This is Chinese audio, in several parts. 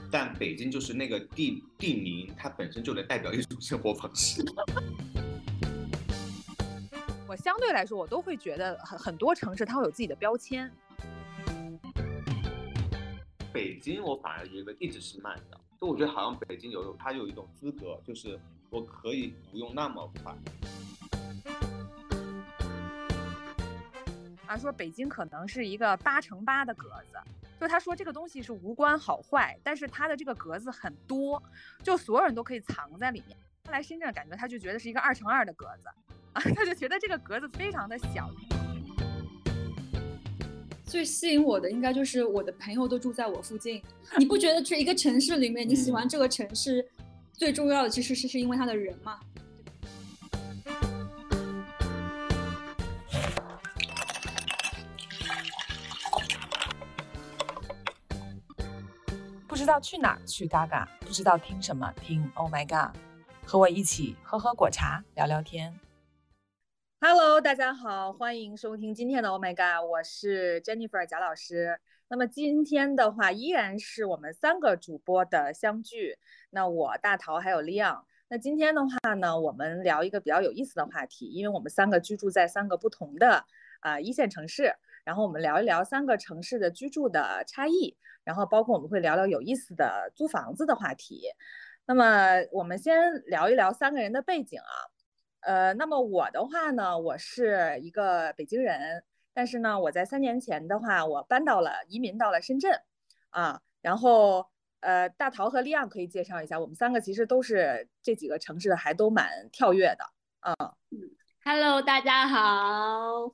但北京就是那个地名，它本身就能代表一种生活方式。 我相对来说，我都会觉得很多城市它会有自己的标签。 北京我反而觉得一直是慢的，就我觉得好像北京它有一种资格，就是我可以不用那么快。 说北京可能是一个8×8的格子，就他说这个东西是无关好坏，但是它的这个格子很多，就所有人都可以藏在里面。他来深圳感觉他就觉得是一个2×2的格子啊，他就觉得这个格子非常的小。 最吸引我的应该就是我的朋友都住在我附近。你不觉得这一个城市里面，你喜欢这个城市最重要的其实是因为它的人吗？ 不知道去哪儿去嘎嘎，不知道听什么听 Oh My God， 和我一起喝喝果茶聊聊天。 Hello， 大家好，欢迎收听今天的 Oh My God， 我是 Jennifer 贾老师。那么今天的话，依然是我们3个主播的相聚。那我大桃还有 Leon。那今天的话呢，我们聊一个比较有意思的话题，因为我们3个居住在3个不同的一线城市，然后我们聊一聊3个城市的居住的差异，然后包括我们会聊聊有意思的租房子的话题。那么我们先聊一聊3个人的背景啊。那么我的话呢，我是一个北京人，但是呢，我在3年前的话，我移民到了深圳啊。然后大桃和利昂可以介绍一下，我们3个其实都是这几个城市还都蛮跳跃的啊。 Hello， 大家好。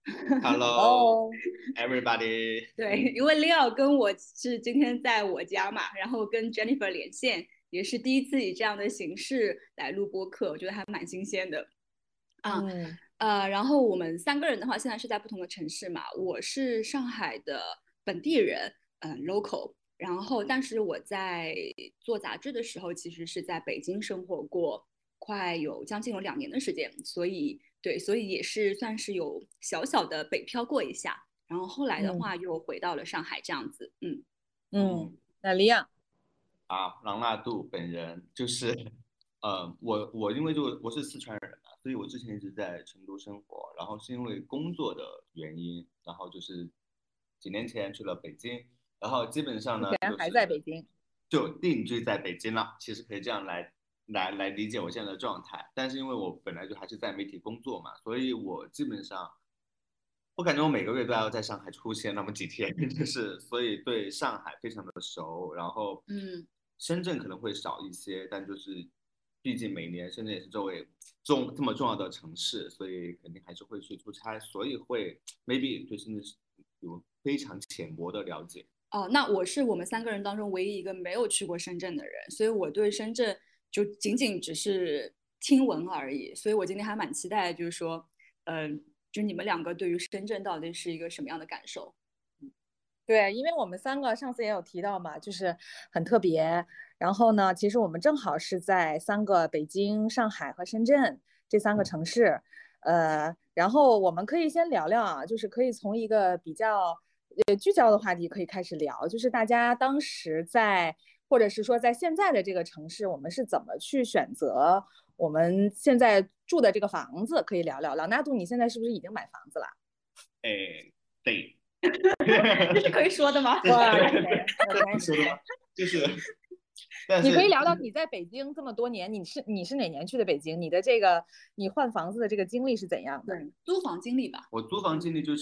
Hello everybody。 对，因为 Leo 跟我是今天在我家嘛，然后跟 Jennifer 连线，也是第一次以这样的形式来录播客，我觉得还蛮新鲜的。然后我们3个人的话，现在是在不同的城市嘛。我是上海的本地人，local。然后，但是我在做杂志的时候，其实是在北京生活过，将近有2年的时间，所以也是算是有小小的北漂过一下。然后后来的话，又回到了上海这样子。 那李阳郎纳度本人就是，我因为我是四川人嘛，所以我之前一直在成都生活，然后是因为工作的原因，然后就是几年前去了北京，然后基本上呢， 目前还在北京， 就定居在北京了。其实可以这样来理解我现在的状态，但是因为我本来就还是在媒体工作嘛，所以我基本上。我感觉我每个月都要在上海出现那么几天，就是所以对上海非常的熟，然后深圳可能会少一些，但就是毕竟每年深圳也是周围这么重要的城市，所以肯定还是会去出差，所以会 maybe 对深圳有非常浅薄的了解。 哦，那我是我们3个人当中唯一一个没有去过深圳的人，所以我对深圳就仅仅只是听闻而已，所以我今天还蛮期待，就是说，就你们2个对于深圳到底是一个什么样的感受？ 对，因为我们3个上次也有提到嘛，就是很特别。然后呢，其实我们正好是在3个北京、上海和深圳这3个城市。然后我们可以先聊聊啊，就是可以从一个比较聚焦的话题可以开始聊，就是大家当时或者是说在现在的这个城市，我们是怎么去选择我们现在住的这个房子，可以聊聊。朗纳度，你现在是不是已经买房子了？ 对。 这是可以说的吗？ 哇， 可以说的吗？就是， 你可以聊聊你在北京这么多年，你是哪年去的北京？你换房子的这个经历是怎样的？ 租房经历吧。 我租房经历就是，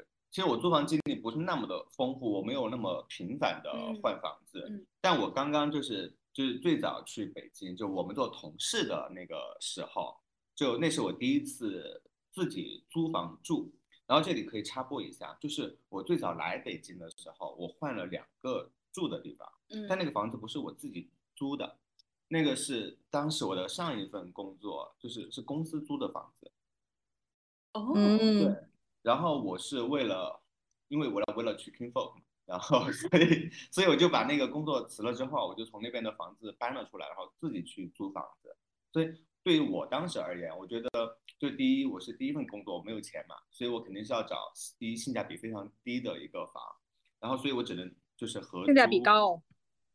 其实我租房经历不是那么的丰富，我没有那么频繁的换房子。但我刚刚就是最早去北京，就我们做同事的那个时候，就那是我第一次自己租房住。然后这里可以插播一下，就是我最早来北京的时候，我换了2个住的地方，但那个房子不是我自己租的，那个是当时我的上一份工作，是公司租的房子。对。然后我是因为为了去 Kingfolk，然后所以我就把那个工作辞了之后，我就从那边的房子搬了出来，然后自己去租房子。所以对于我当时而言，我觉得就第一，我是第一份工作，我没有钱嘛，所以我肯定是要找第一性价比非常低的一个房，然后所以我只能就是合租。 性价比高。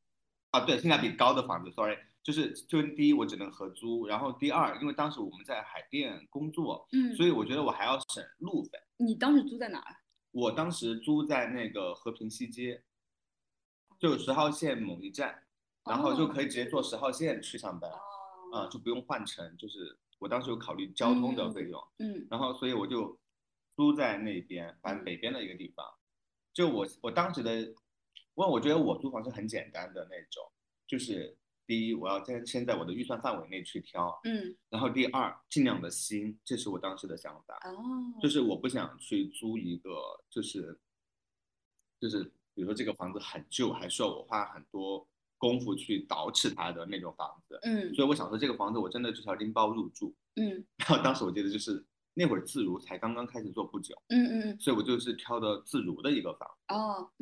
啊，对，性价比高的房子，sorry，就第一我只能合租，然后第二，因为当时我们在海淀工作，所以我觉得我还要省路费。 你当时租在哪儿？ 我当时租在那个和平西街，就10号线某一站，然后就可以直接坐10号线去上班，就不用换乘，就是我当时有考虑交通的费用，然后所以我就租在那边，反正北边的一个地方。就我当时的，我觉得我租房是很简单的那种，就是第一我要先在我的预算范围内去挑，然后第二尽量的新，这是我当时的想法，就是我不想去租一个就是比如说这个房子很旧，还需要我花很多功夫去捯饬它的那种房子，所以我想说这个房子我真的就是要拎包入住，然后当时我记得就是那会儿自如才刚刚开始做不久，所以我就是挑的自如的一个房，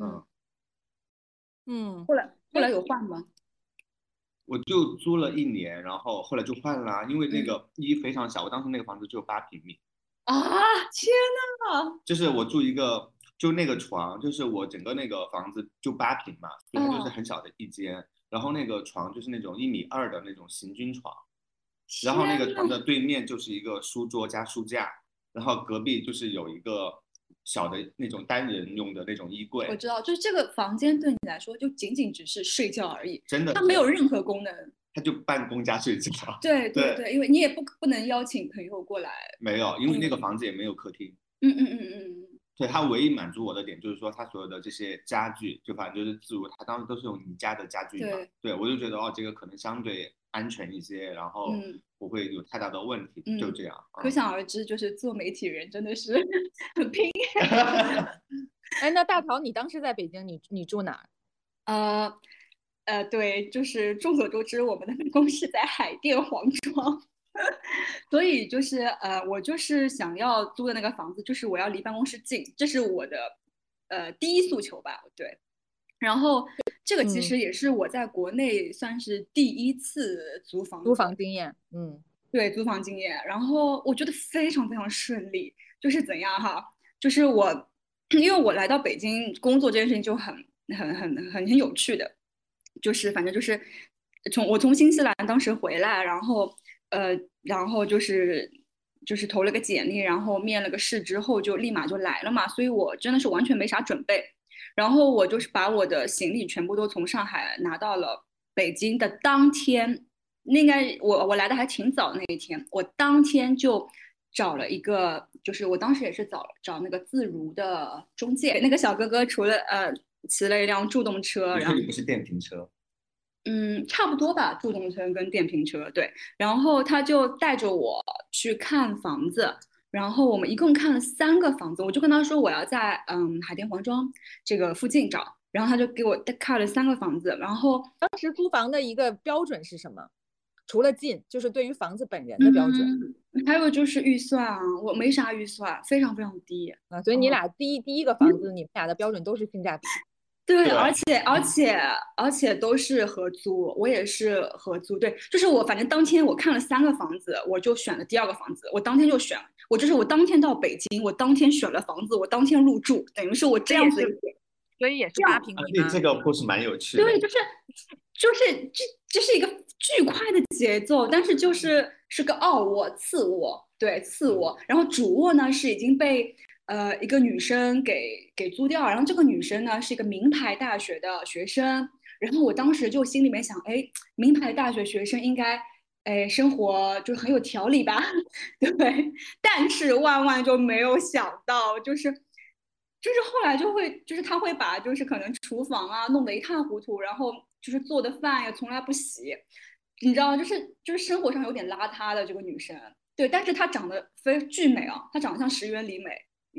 后来有换吗？ 我就租了1年，然后后来就换了，因为那个非常小，我当时那个房子只有8平米。 啊！天哪！ 就是我住一个，就那个床，就是我整个那个房子就8平嘛，所以它就是很小的一间。然后那个床就是那种1.2米的那种行军床，然后那个床的对面就是一个书桌加书架，然后隔壁就是有一个小的那种单人用的那种衣柜。 我知道，就是这个房间对你来说就仅仅只是睡觉而已， 真的， 它没有任何功能。 它就办公加睡觉。 对，因为你也不能邀请朋友过来。 没有，因为那个房子也没有客厅。对，它唯一满足我的点就是说，它所有的这些家具，就反正就是自如，它当时都是用宜家的家具嘛。对，我就觉得这个可能相对安全一些，然后不会有太大的问题，就这样。 可想而知，就是做媒体人真的是很拼。 哎，那大陶，你当时在北京，你住哪儿？对，就是众所周知，我们的办公室在海淀黄庄，所以就是我就是想要租的那个房子，就是我要离办公室近，这是我的第一诉求吧。对，然后这个其实也是我在国内算是第一次租房经验， 对，租房经验，然后我觉得非常非常顺利，就是怎样哈，就是因为我来到北京工作这件事情就很有趣的。就是反正就是我从新西兰当时回来，然后就是投了个简历，然后面了个试之后就立马就来了嘛，所以我真的是完全没啥准备，然后我就是把我的行李全部都从上海拿到了北京的当天，应该我来的还挺早那一天，我当天就找了一个，就是我当时也是找那个自如的中介，那个小哥哥除了骑了一辆助动车， 然后你不是电瓶车， 差不多吧，助动车跟电瓶车，对，然后他就带着我去看房子，然后我们一共看了3个房子，我就跟他说我要在海淀黄庄这个附近找，然后他就给我看了3个房子，然后当时租房的一个标准是什么？除了近，就是对于房子本人的标准， 还有就是预算啊，我没啥预算，非常非常低啊，所以你俩第一个房子，你们俩的标准都是性价比。 对，而且都是合租，我也是合租。对，就是我反正当天我看了3个房子，我就选了第2个房子，我当天就选，我当天到北京，我当天选了房子，我当天入住，等于是我这样子， 所以也是8平米。 这个故事蛮有趣的。 对，这是一个巨快的节奏，但是是个2卧次卧，对，次卧，然后主卧呢是已经被一个女生给租掉，然后这个女生呢是一个名牌大学的学生，然后我当时就心里面想，哎，名牌大学学生应该生活就很有条理吧，对，但是万万就没有想到，就是后来就是他会把就是可能厨房啊弄得一塌糊涂，然后就是做的饭也从来不洗，你知道，就是生活上有点邋遢的这个女生，对，但是她长得巨美啊，她长得像石原里美。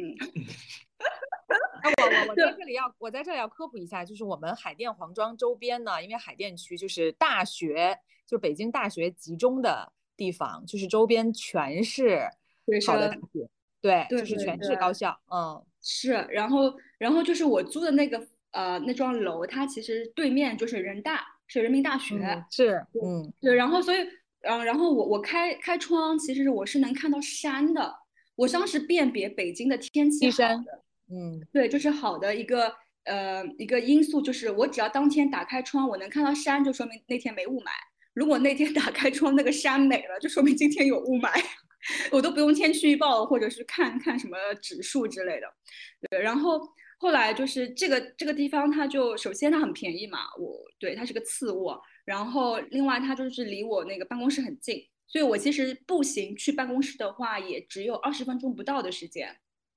我在这里要科普一下，就是我们海淀黄庄周边呢，因为海淀区就是大学，就北京大学集中的地方，就是周边全是好的大学，对，就是全是高校， 是，然后就是我租的那个那幢楼，它其实对面就是人大，是人民大学， 是， 对，然后所以然后我开窗，其实我是能看到山的。我当时辨别北京的天气好的，对，就是好的一个一个因素，就是我只要当天打开窗，我能看到山，就说明那天没雾霾。如果那天打开窗那个山没了，就说明今天有雾霾。我都不用天气预报或者是看什么指数之类的。对，然后后来就是这个地方，它就首先它很便宜嘛，对，它是个次卧，然后另外它就是离我那个办公室很近，所以我其实步行去办公室的话，也只有20分钟不到的时间。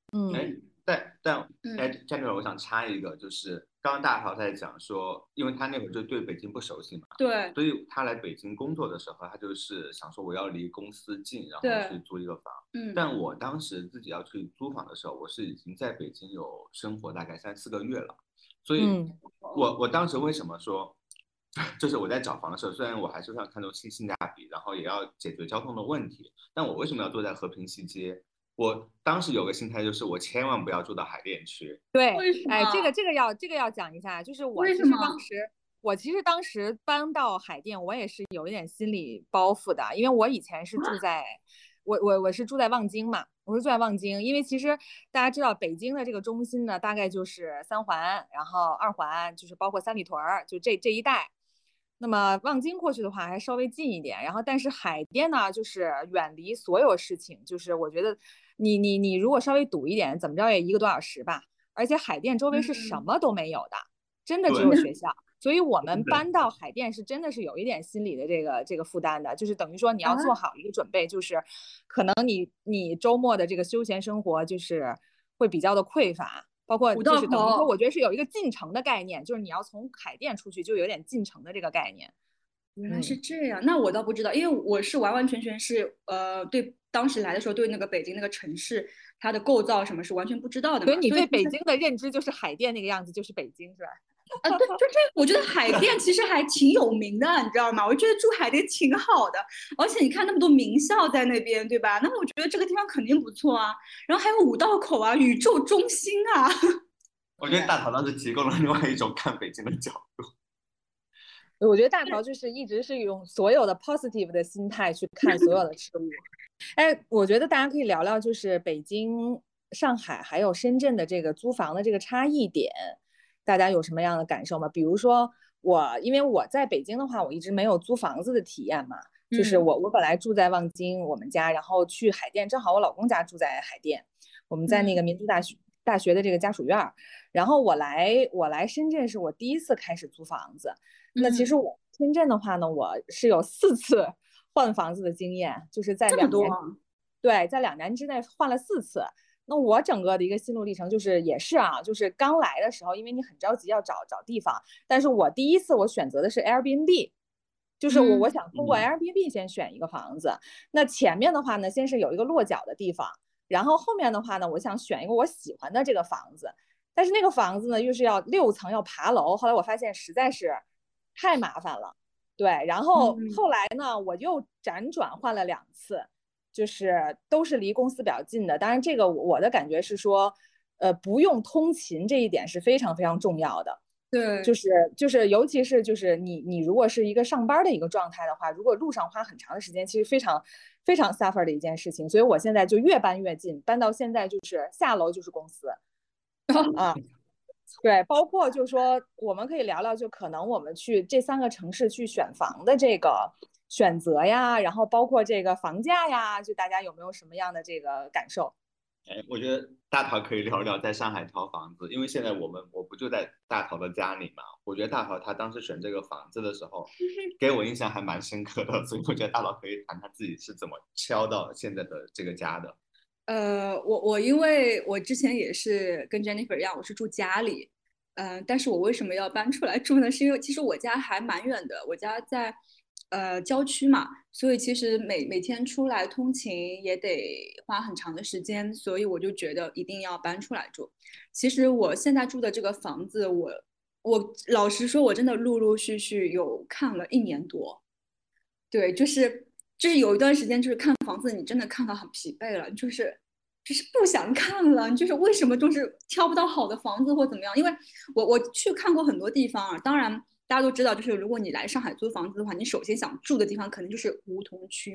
Jennifer，我想插一个，就是刚刚大陶在讲说，因为他那会儿就对北京不熟悉嘛， 对， 所以他来北京工作的时候，他就是想说我要离公司近，然后去租一个房。但我当时自己要去租房的时候，我是已经在北京有生活大概3-4个月了，所以我当时为什么说，就是我在找房的时候，虽然我还是想看重性价比，然后也要解决交通的问题，但我为什么要坐在和平西街？我当时有个心态就是，我千万不要住到海淀区。 对，哎，这个要讲一下，就是我其实当时搬到海淀，我也是有一点心理包袱的，因为我以前是住在，我是住在望京嘛，我是住在望京，因为其实大家知道北京的这个中心呢，大概就是3环，然后2环，就是包括三里屯就这一带。那么望京过去的话还稍微近一点，然后但是海淀呢，就是远离所有事情，就是我觉得你如果稍微堵一点，怎么着也1个多小时吧。而且海淀周围是什么都没有的，真的只有学校。所以我们搬到海淀是真的是有一点心理的这个负担的，就是等于说你要做好一个准备，就是可能你周末的这个休闲生活就是会比较的匮乏。包括就是等于说，我觉得是有一个进城的概念，就是你要从海淀出去，就有点进城的这个概念。 原来是这样，那我倒不知道，因为我是完完全全是对当时来的时候对那个北京那个城市它的构造什么是完全不知道的嘛。 所以你对北京的认知就是海淀那个样子，就是北京是吧？ 对，就这，我觉得海淀其实还挺有名的，你知道吗？我觉得住海淀挺好的，而且你看那么多名校在那边，对吧？那么我觉得这个地方肯定不错啊。然后还有五道口啊，宇宙中心啊。 我觉得大陶当时提供了另外一种看北京的角度。 我觉得大陶就是一直是用所有的 positive 的心态去看所有的事物。哎，我觉得大家可以聊聊，就是北京、上海还有深圳的这个租房的这个差异点，大家有什么样的感受吗？比如说因为我在北京的话，我一直没有租房子的体验嘛，就是我本来住在望京我们家，然后去海淀，正好我老公家住在海淀，我们在那个民族大学的这个家属院，然后我来深圳是我第一次开始租房子。那其实我深圳的话呢，我是有4次换房子的经验，就是在2年，对，在2年之内换了4次。那我整个的一个心路历程就是也是啊，就是刚来的时候，因为你很着急要找地方，但是我第一次我选择的是 Airbnb， 就是我想通过 Airbnb 先选一个房子。那前面的话呢，先是有一个落脚的地方，然后后面的话呢，我想选一个我喜欢的这个房子，但是那个房子呢又是要6层要爬楼，后来我发现实在是太麻烦了，对，然后后来呢，我又辗转换了2次，就是都是离公司比较近的。当然，这个我的感觉是说，不用通勤这一点是非常非常重要的。 对， 就是尤其是就是你如果是一个上班的一个状态的话，如果路上花很长的时间，其实非常非常 suffer 的一件事情。所以我现在就越搬越近，搬到现在就是下楼就是公司啊。对，包括就是说，我们可以聊聊，就可能我们去这3个城市去选房的这个选择呀，然后包括这个房价呀，就大家有没有什么样的这个感受？ 哎，我觉得大陶可以聊聊在上海挑房子，因为现在我不就在大陶的家里嘛。我觉得大陶他当时选这个房子的时候，给我印象还蛮深刻的，所以我觉得大陶可以谈他自己是怎么挑到现在的这个家的。 我因为我之前也是跟 Jennifer 一样，我是住家里，但是我为什么要搬出来住呢？是因为其实我家还蛮远的，我家在郊区嘛，所以其实每天出来通勤也得花很长的时间，所以我就觉得一定要搬出来住。其实我现在住的这个房子，我老实说，我真的陆陆续续有看了1年多，对，就是有一段时间，就是看房子，你真的看到很疲惫了，就是不想看了，就是为什么就是挑不到好的房子或怎么样？因为我去看过很多地方啊，当然大家都知道，就是如果你来上海租房子的话，你首先想住的地方肯定就是梧桐区嘛，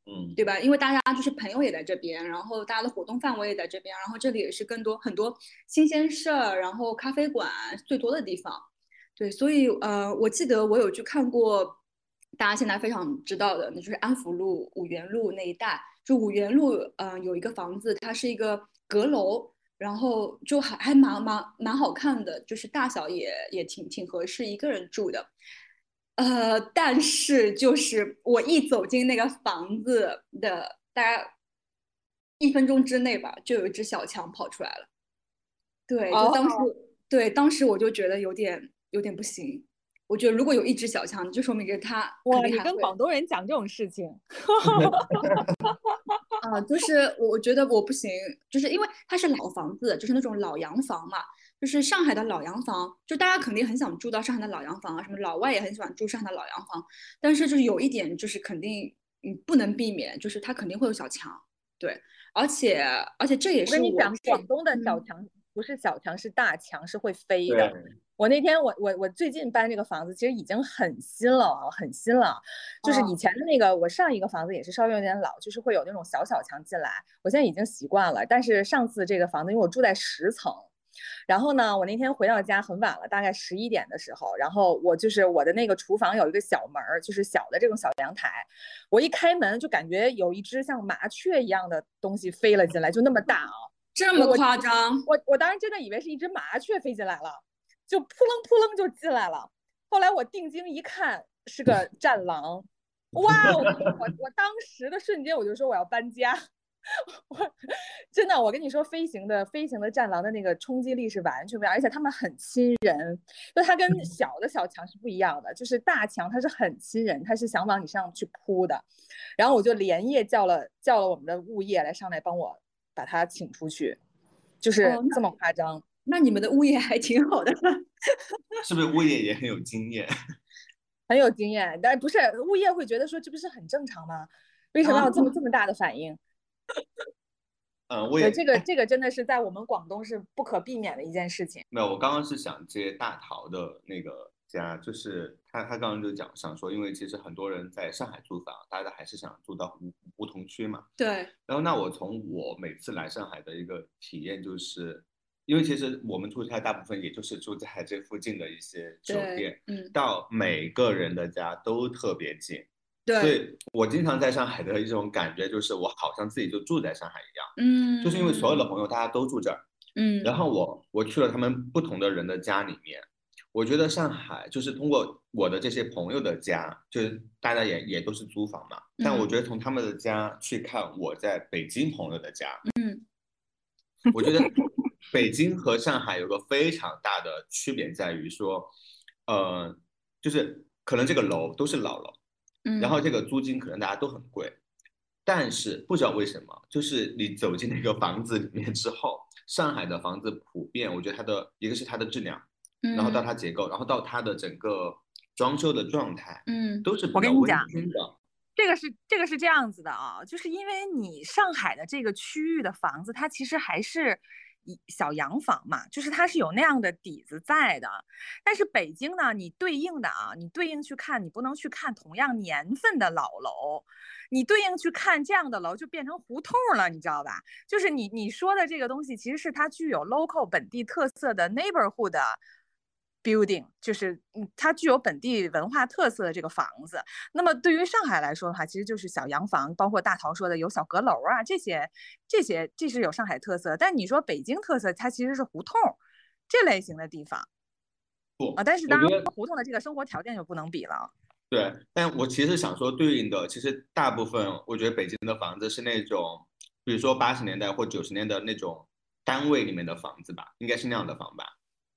对吧？因为大家就是朋友也在这边，然后大家的活动范围也在这边，然后这里也是很多新鲜事儿，然后咖啡馆最多的地方。对，所以我记得我有去看过，大家现在非常知道的，那就是安福路、五原路那一带。就五原路，有一个房子，它是一个阁楼，然后就还蛮好看的，就是大小也挺合适一个人住的。但是就是我一走进那个房子的大概1分钟之内吧，就有一只小强跑出来了。对，就当时，对，当时我就觉得有点不行。我觉得如果有一只小强，就说明着他肯定还会。 你跟广东人讲这种事情。 就是我觉得我不行，就是因为它是老房子，就是那种老洋房嘛，就是上海的老洋房，就大家肯定很想住到上海的老洋房啊，什么老外也很喜欢住上海的老洋房，但是就是有一点就是肯定不能避免，就是它肯定会有小强，对，而且这也是我跟你讲，广东的小强不是小强，是大强，是会飞的。我那天我最近搬这个房子，其实已经很新了，很新了。就是以前的那个我上一个房子也是稍微有点老，就是会有那种小强进来。我现在已经习惯了，但是上次这个房子，因为我住在10层，然后呢，我那天回到家很晚了，大概11点的时候，然后我的那个厨房有一个小门，就是小的这种小阳台，我一开门就感觉有一只像麻雀一样的东西飞了进来，就那么大啊， 这么夸张？ 我当时真的以为是一只麻雀飞进来了。就扑棱扑棱就进来了，后来我定睛一看是个战狼，哇！我当时的瞬间我就说我要搬家，真的，我跟你说，飞行的战狼的那个冲击力是完全不一样，而且他们很亲人，就它跟小强是不一样的，就是大强它是很亲人，它是想往你身上去扑的，然后我就连夜叫了我们的物业上来帮我把它请出去，就是这么夸张。 那你们的物业还挺好的， 是不是物业也很有经验？ 很有经验，但不是物业会觉得说这不是很正常吗？为什么要这么大的反应？ 我也这个真的是在我们广东是不可避免的一件事情。 没有，我刚刚是想接大陶的那个家，就是他刚刚就想说，因为其实很多人在上海租房，大家还是想住到梧桐区嘛。 对。 然后那我从我每次来上海的一个体验就是。因为其实我们出差大部分也就是住在这附近的一些酒店，到每个人的家都特别近， 对， 所以我经常在上海的一种感觉就是我好像自己就住在上海一样，就是因为所有的朋友大家都住这儿，然后我去了他们不同的人的家里面，我觉得上海就是通过我的这些朋友的家，就是大家也都是租房嘛，但我觉得从他们的家去看我在北京朋友的家，我觉得。北京和上海有个非常大的区别在于说，就是可能这个楼都是老楼，然后这个租金可能大家都很贵，但是不知道为什么，就是你走进那个房子里面之后，上海的房子普遍，我觉得一个是它的质量，然后到它结构，然后到它的整个装修的状态，都是比较温馨的。 这个是这样子的啊，就是因为你上海的这个区域的房子，它其实还是。小洋房嘛，就是它是有那样的底子在的，但是北京呢，你对应去看，你不能去看同样年份的老楼，你对应去看这样的楼就变成胡同了，你知道吧？就是你说的这个东西，其实是它具有 local 本地特色的 neighborhood 的 building， 就是它具有本地文化特色的这个房子。那么对于上海来说的话，其实就是小洋房，包括大陶说的有小阁楼啊，这是有上海特色。但你说北京特色，它其实是胡同这类型的地方。但是当然胡同的这个生活条件就不能比了。 对，但我其实想说对应的，其实大部分我觉得北京的房子是那种，比如说80年代或90年的那种单位里面的房子吧，应该是那样的房吧，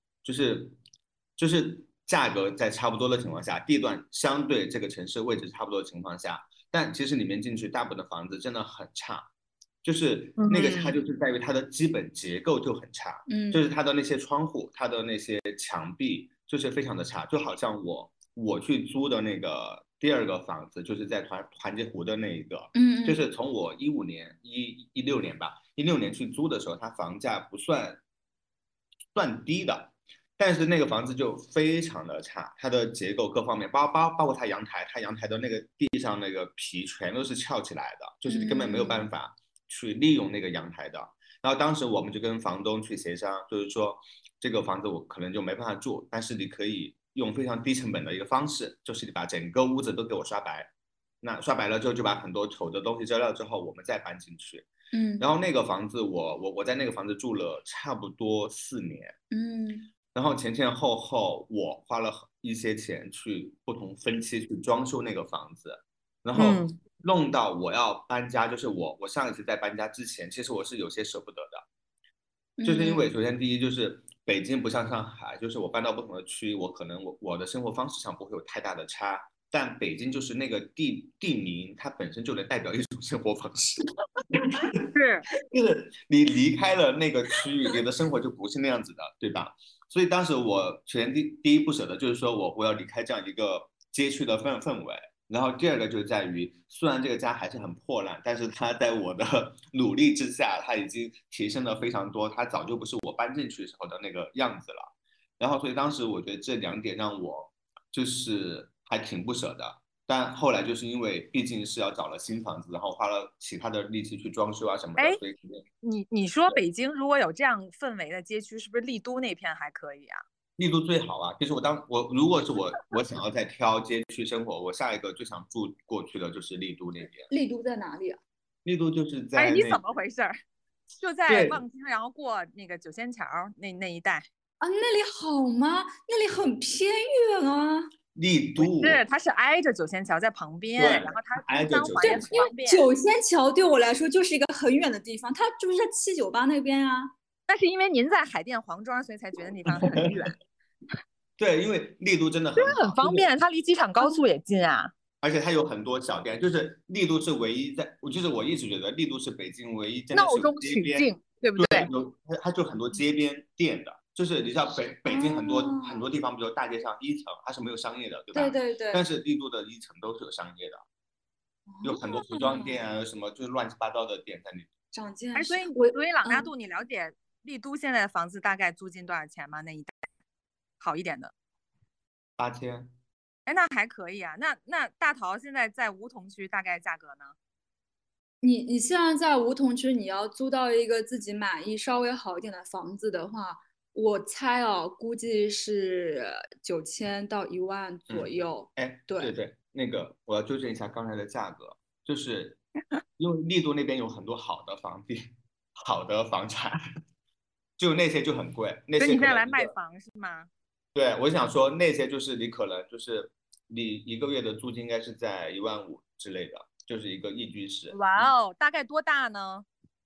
就是价格在差不多的情况下，地段相对这个城市位置差不多的情况下，但其实里面进去大部分的房子真的很差，就是那个差就是在于它的基本结构就很差，就是它的那些窗户，它的那些墙壁就是非常的差，就好像我去租的那个第二个房子，就是在团结湖的那一个，就是从我15年16年吧，16年去租的时候，它房价不算低的。 但是那个房子就非常的差，它的结构各方面，包括它阳台，它阳台的那个地上那个皮全都是翘起来的，就是你根本没有办法去利用那个阳台的。然后当时我们就跟房东去协商，就是说这个房子我可能就没办法住，但是你可以用非常低成本的一个方式，就是你把整个屋子都给我刷白，那刷白了之后就把很多丑的东西遮掉之后，我们再搬进去。然后那个房子我在那个房子住了差不多4年。然后前前后后我花了一些钱去不同分期去装修那个房子，然后弄到我要搬家，就是我上一次在搬家之前，其实我是有些舍不得的，就是因为首先第一就是北京不像上海，就是我搬到不同的区，我可能我的生活方式上不会有太大的差，但北京就是那个地名，它本身就能代表一种生活方式， 是， 就是你离开了那个区域，你的生活就不是那样子的，对吧？所以当时我首先第一不舍得，就是说我要离开这样一个街区的氛围。然后第二个就在于，虽然这个家还是很破烂，但是它在我的努力之下，它已经提升了非常多，它早就不是我搬进去时候的那个样子了。然后所以当时我觉得这2点让我就是还挺不舍的。但后来就是因为毕竟是要找了新房子，然后花了其他的力气去装修啊什么的，所以你说北京如果有这样氛围的街区，是不是丽都那片还可以啊？ 丽都最好啊！就是我如果是我想要再挑街区生活，我下一个最想住过去的就是丽都那边。 丽都在哪里啊？ 丽都就是在你怎么回事？就在望京，然后过那个九仙桥那一带啊？那里好吗？那里很偏远啊。 丽都是，它是挨着九仙桥在旁边，然后它挨着九仙桥， 因为九仙桥对我来说就是一个很远的地方，它就是在798那边啊。 那是因为您在海淀黄庄，所以才觉得那地方很远。 对，因为丽都真的很方便，它离机场高速也近啊。 而且它有很多小店，就是丽都是唯一就是我一直觉得丽都是北京唯一真的是闹中取静，对不对？ 它就很多街边店的，就是你知道北京很多地方，比如大街上1层它是没有商业的，对吧？ 对。 但是丽都的1层都是有商业的，有很多服装店啊，什么就是乱七八糟的店在里面。 长见识。 所以朗大度，你了解丽都现在的房子大概租金多少钱吗？那一带好一点的 8000。 那还可以啊。那大陶现在在梧桐区大概价格呢？ 你现在在梧桐区，你要租到一个自己满意、稍微好一点的房子的话，我猜估计是9000到1万左右。 对，那个我要纠正一下刚才的价格，就是因为丽都那边有很多好的房地、好的房产，就那些就很贵。那些所以你现在来卖房是吗？ 对，我想说那些就是你可能就是你1个月的租金应该是在15000之类的，就是一个一居室。 哇哦，大概多大呢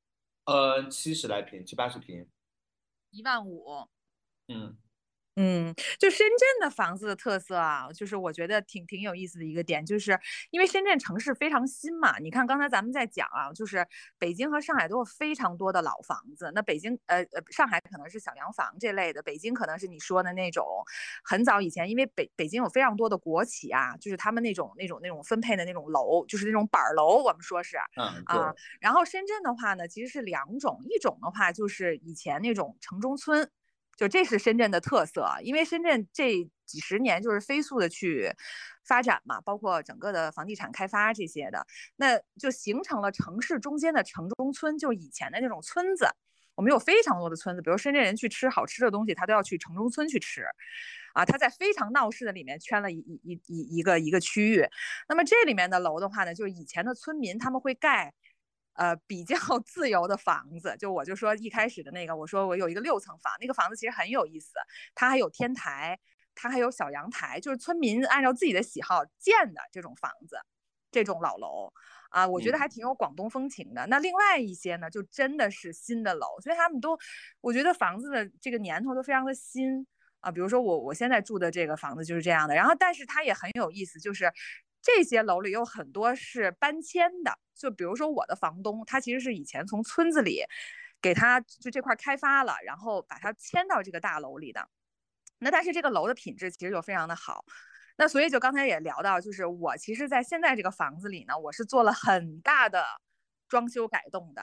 ？70来平，70、80平。 15000。 嗯， 就深圳的房子的特色啊，就是我觉得挺有意思的一个点，就是因为深圳城市非常新嘛。你看刚才咱们在讲啊，就是北京和上海都有非常多的老房子，那北京上海可能是小洋房这类的，北京可能是你说的那种很早以前，因为北京有非常多的国企啊，就是他们那种分配的那种楼，就是那种板楼，我们说是然后深圳的话呢，其实是2种，一种的话就是以前那种城中村。就这是深圳的特色，因为深圳这几十年就是飞速的去发展嘛，包括整个的房地产开发这些的，那就形成了城市中间的城中村，就是以前的那种村子。我们有非常多的村子，比如深圳人去吃好吃的东西，他都要去城中村去吃，他在非常闹市的里面圈了一个区域。那么这里面的楼的话呢，就是以前的村民他们会盖。比较自由的房子，我就说一开始的那个，我说我有一个6层房，那个房子其实很有意思，它还有天台，它还有小阳台，就是村民按照自己的喜好建的这种房子，这种老楼我觉得还挺有广东风情的。那另外一些呢，就真的是新的楼，所以他们都，我觉得房子的这个年头都非常的新比如说我现在住的这个房子就是这样的，然后但是它也很有意思，就是这些楼里有很多是搬迁的。就比如说我的房东，他其实是以前从村子里给他就这块开发了，然后把它迁到这个大楼里的。那但是这个楼的品质其实就非常的好。那所以就刚才也聊到，就是我其实在现在这个房子里呢，我是做了很大的装修改动的。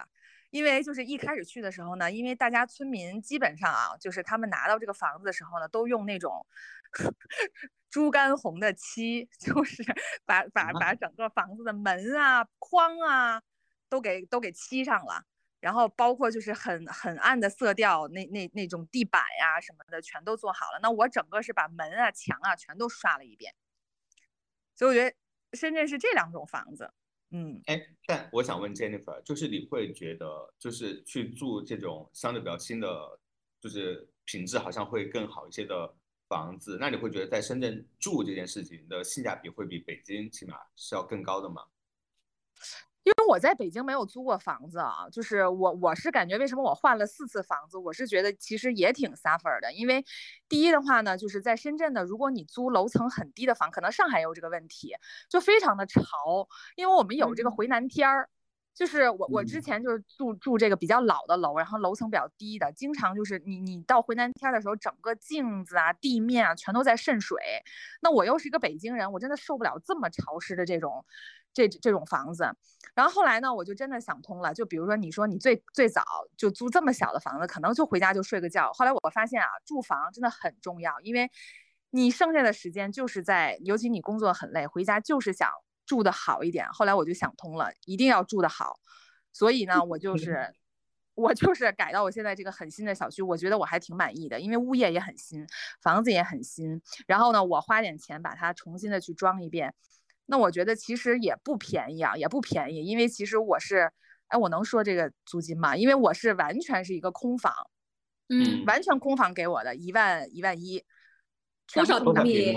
因为就是一开始去的时候呢，因为大家村民基本上啊，就是他们拿到这个房子的时候呢，都用那种猪肝红的漆，就是把整个房子的门啊、框啊都给漆上了。然后包括就是很暗的色调，那种地板呀什么的全都做好了。那我整个是把门啊、墙啊全都刷了一遍。所以我觉得深圳是这两种房子。 但我想问 Jennifer， 就是你会觉得，就是去住这种相对比较新的，就是品质好像会更好一些的房子，那你会觉得在深圳住这件事情的性价比会比北京起码是要更高的吗？ 因为我在北京没有租过房子啊，就是我是感觉为什么我换了4次房子，我是觉得其实也挺 suffer 的。因为第一的话呢，就是在深圳的，如果你租楼层很低的房，可能上海也有这个问题，就非常的潮，因为我们有这个回南天儿。就是我之前就是住这个比较老的楼，然后楼层比较低的，经常就是你到回南天的时候，整个镜子啊、地面啊全都在渗水。那我又是一个北京人，我真的受不了这么潮湿的这种房子。然后后来呢，我就真的想通了，就比如说你说你最早就租这么小的房子，可能就回家就睡个觉。后来我发现啊，住房真的很重要，因为你剩下的时间就是尤其你工作很累，回家就是想住的好一点。后来我就想通了，一定要住的好。所以呢，我就是改到我现在这个很新的小区，我觉得我还挺满意的，因为物业也很新，房子也很新。然后呢，我花点钱把它重新的去装一遍。那我觉得其实也不便宜啊，也不便宜，因为其实我能说这个租金吗？因为我是完全是一个空房，完全空房给我的1万1， 多少平米？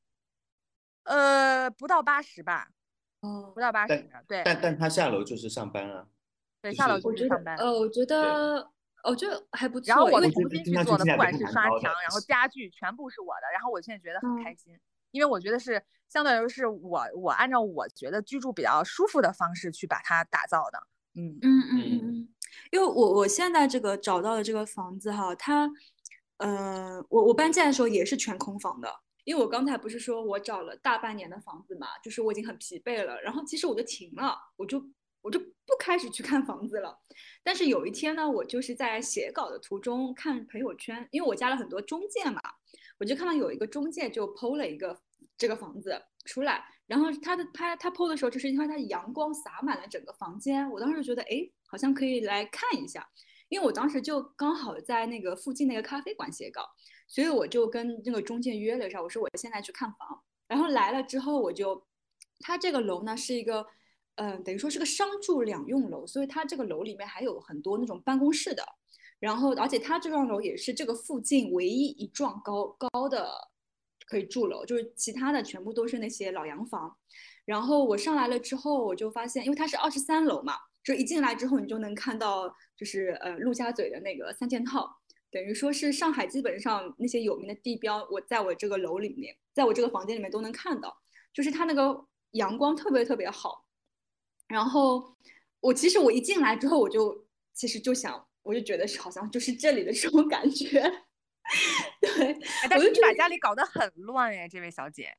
不到80吧，不到80，对。 但他下楼就是上班啊， 对，下楼就是上班。 我觉得还不错。 然后我重新去做的，不管是刷墙，然后家具全部是我的，然后我现在觉得很开心，因为我觉得是相对来说是我按照我觉得居住比较舒服的方式去把它打造的。 因为我现在这个找到的这个房子哈，它我搬进来的时候也是全空房的。因为我刚才不是说我找了大半年的房子嘛，就是我已经很疲惫了，然后其实我就停了，我就不开始去看房子了。但是有一天呢，我就是在写稿的途中看朋友圈，因为我加了很多中介嘛，我就看到有一个中介就 PO 了一个这个房子出来，然后他 PO 的时候，就是因为它的阳光洒满了整个房间，我当时觉得哎，好像可以来看一下，因为我当时就刚好在那个附近那个咖啡馆写稿。所以我就跟那个中介约了一下，我说我现在去看房，然后来了之后他这个楼呢是一个，等于说是个商住两用楼，所以他这个楼里面还有很多那种办公室的，然后而且他这幢楼也是这个附近唯一一幢高的可以住楼，就是其他的全部都是那些老洋房。然后我上来了之后，我就发现，因为它是23楼嘛，就一进来之后你就能看到就是陆家嘴的那个3件套。等于说是上海基本上那些有名的地标，我在我这个楼里面，在我这个房间里面都能看到，就是它那个阳光特别特别好。然后其实我一进来之后，其实就想，我就觉得好像就是这里的这种感觉。对， 但是你把家里搞得很乱哎，这位小姐。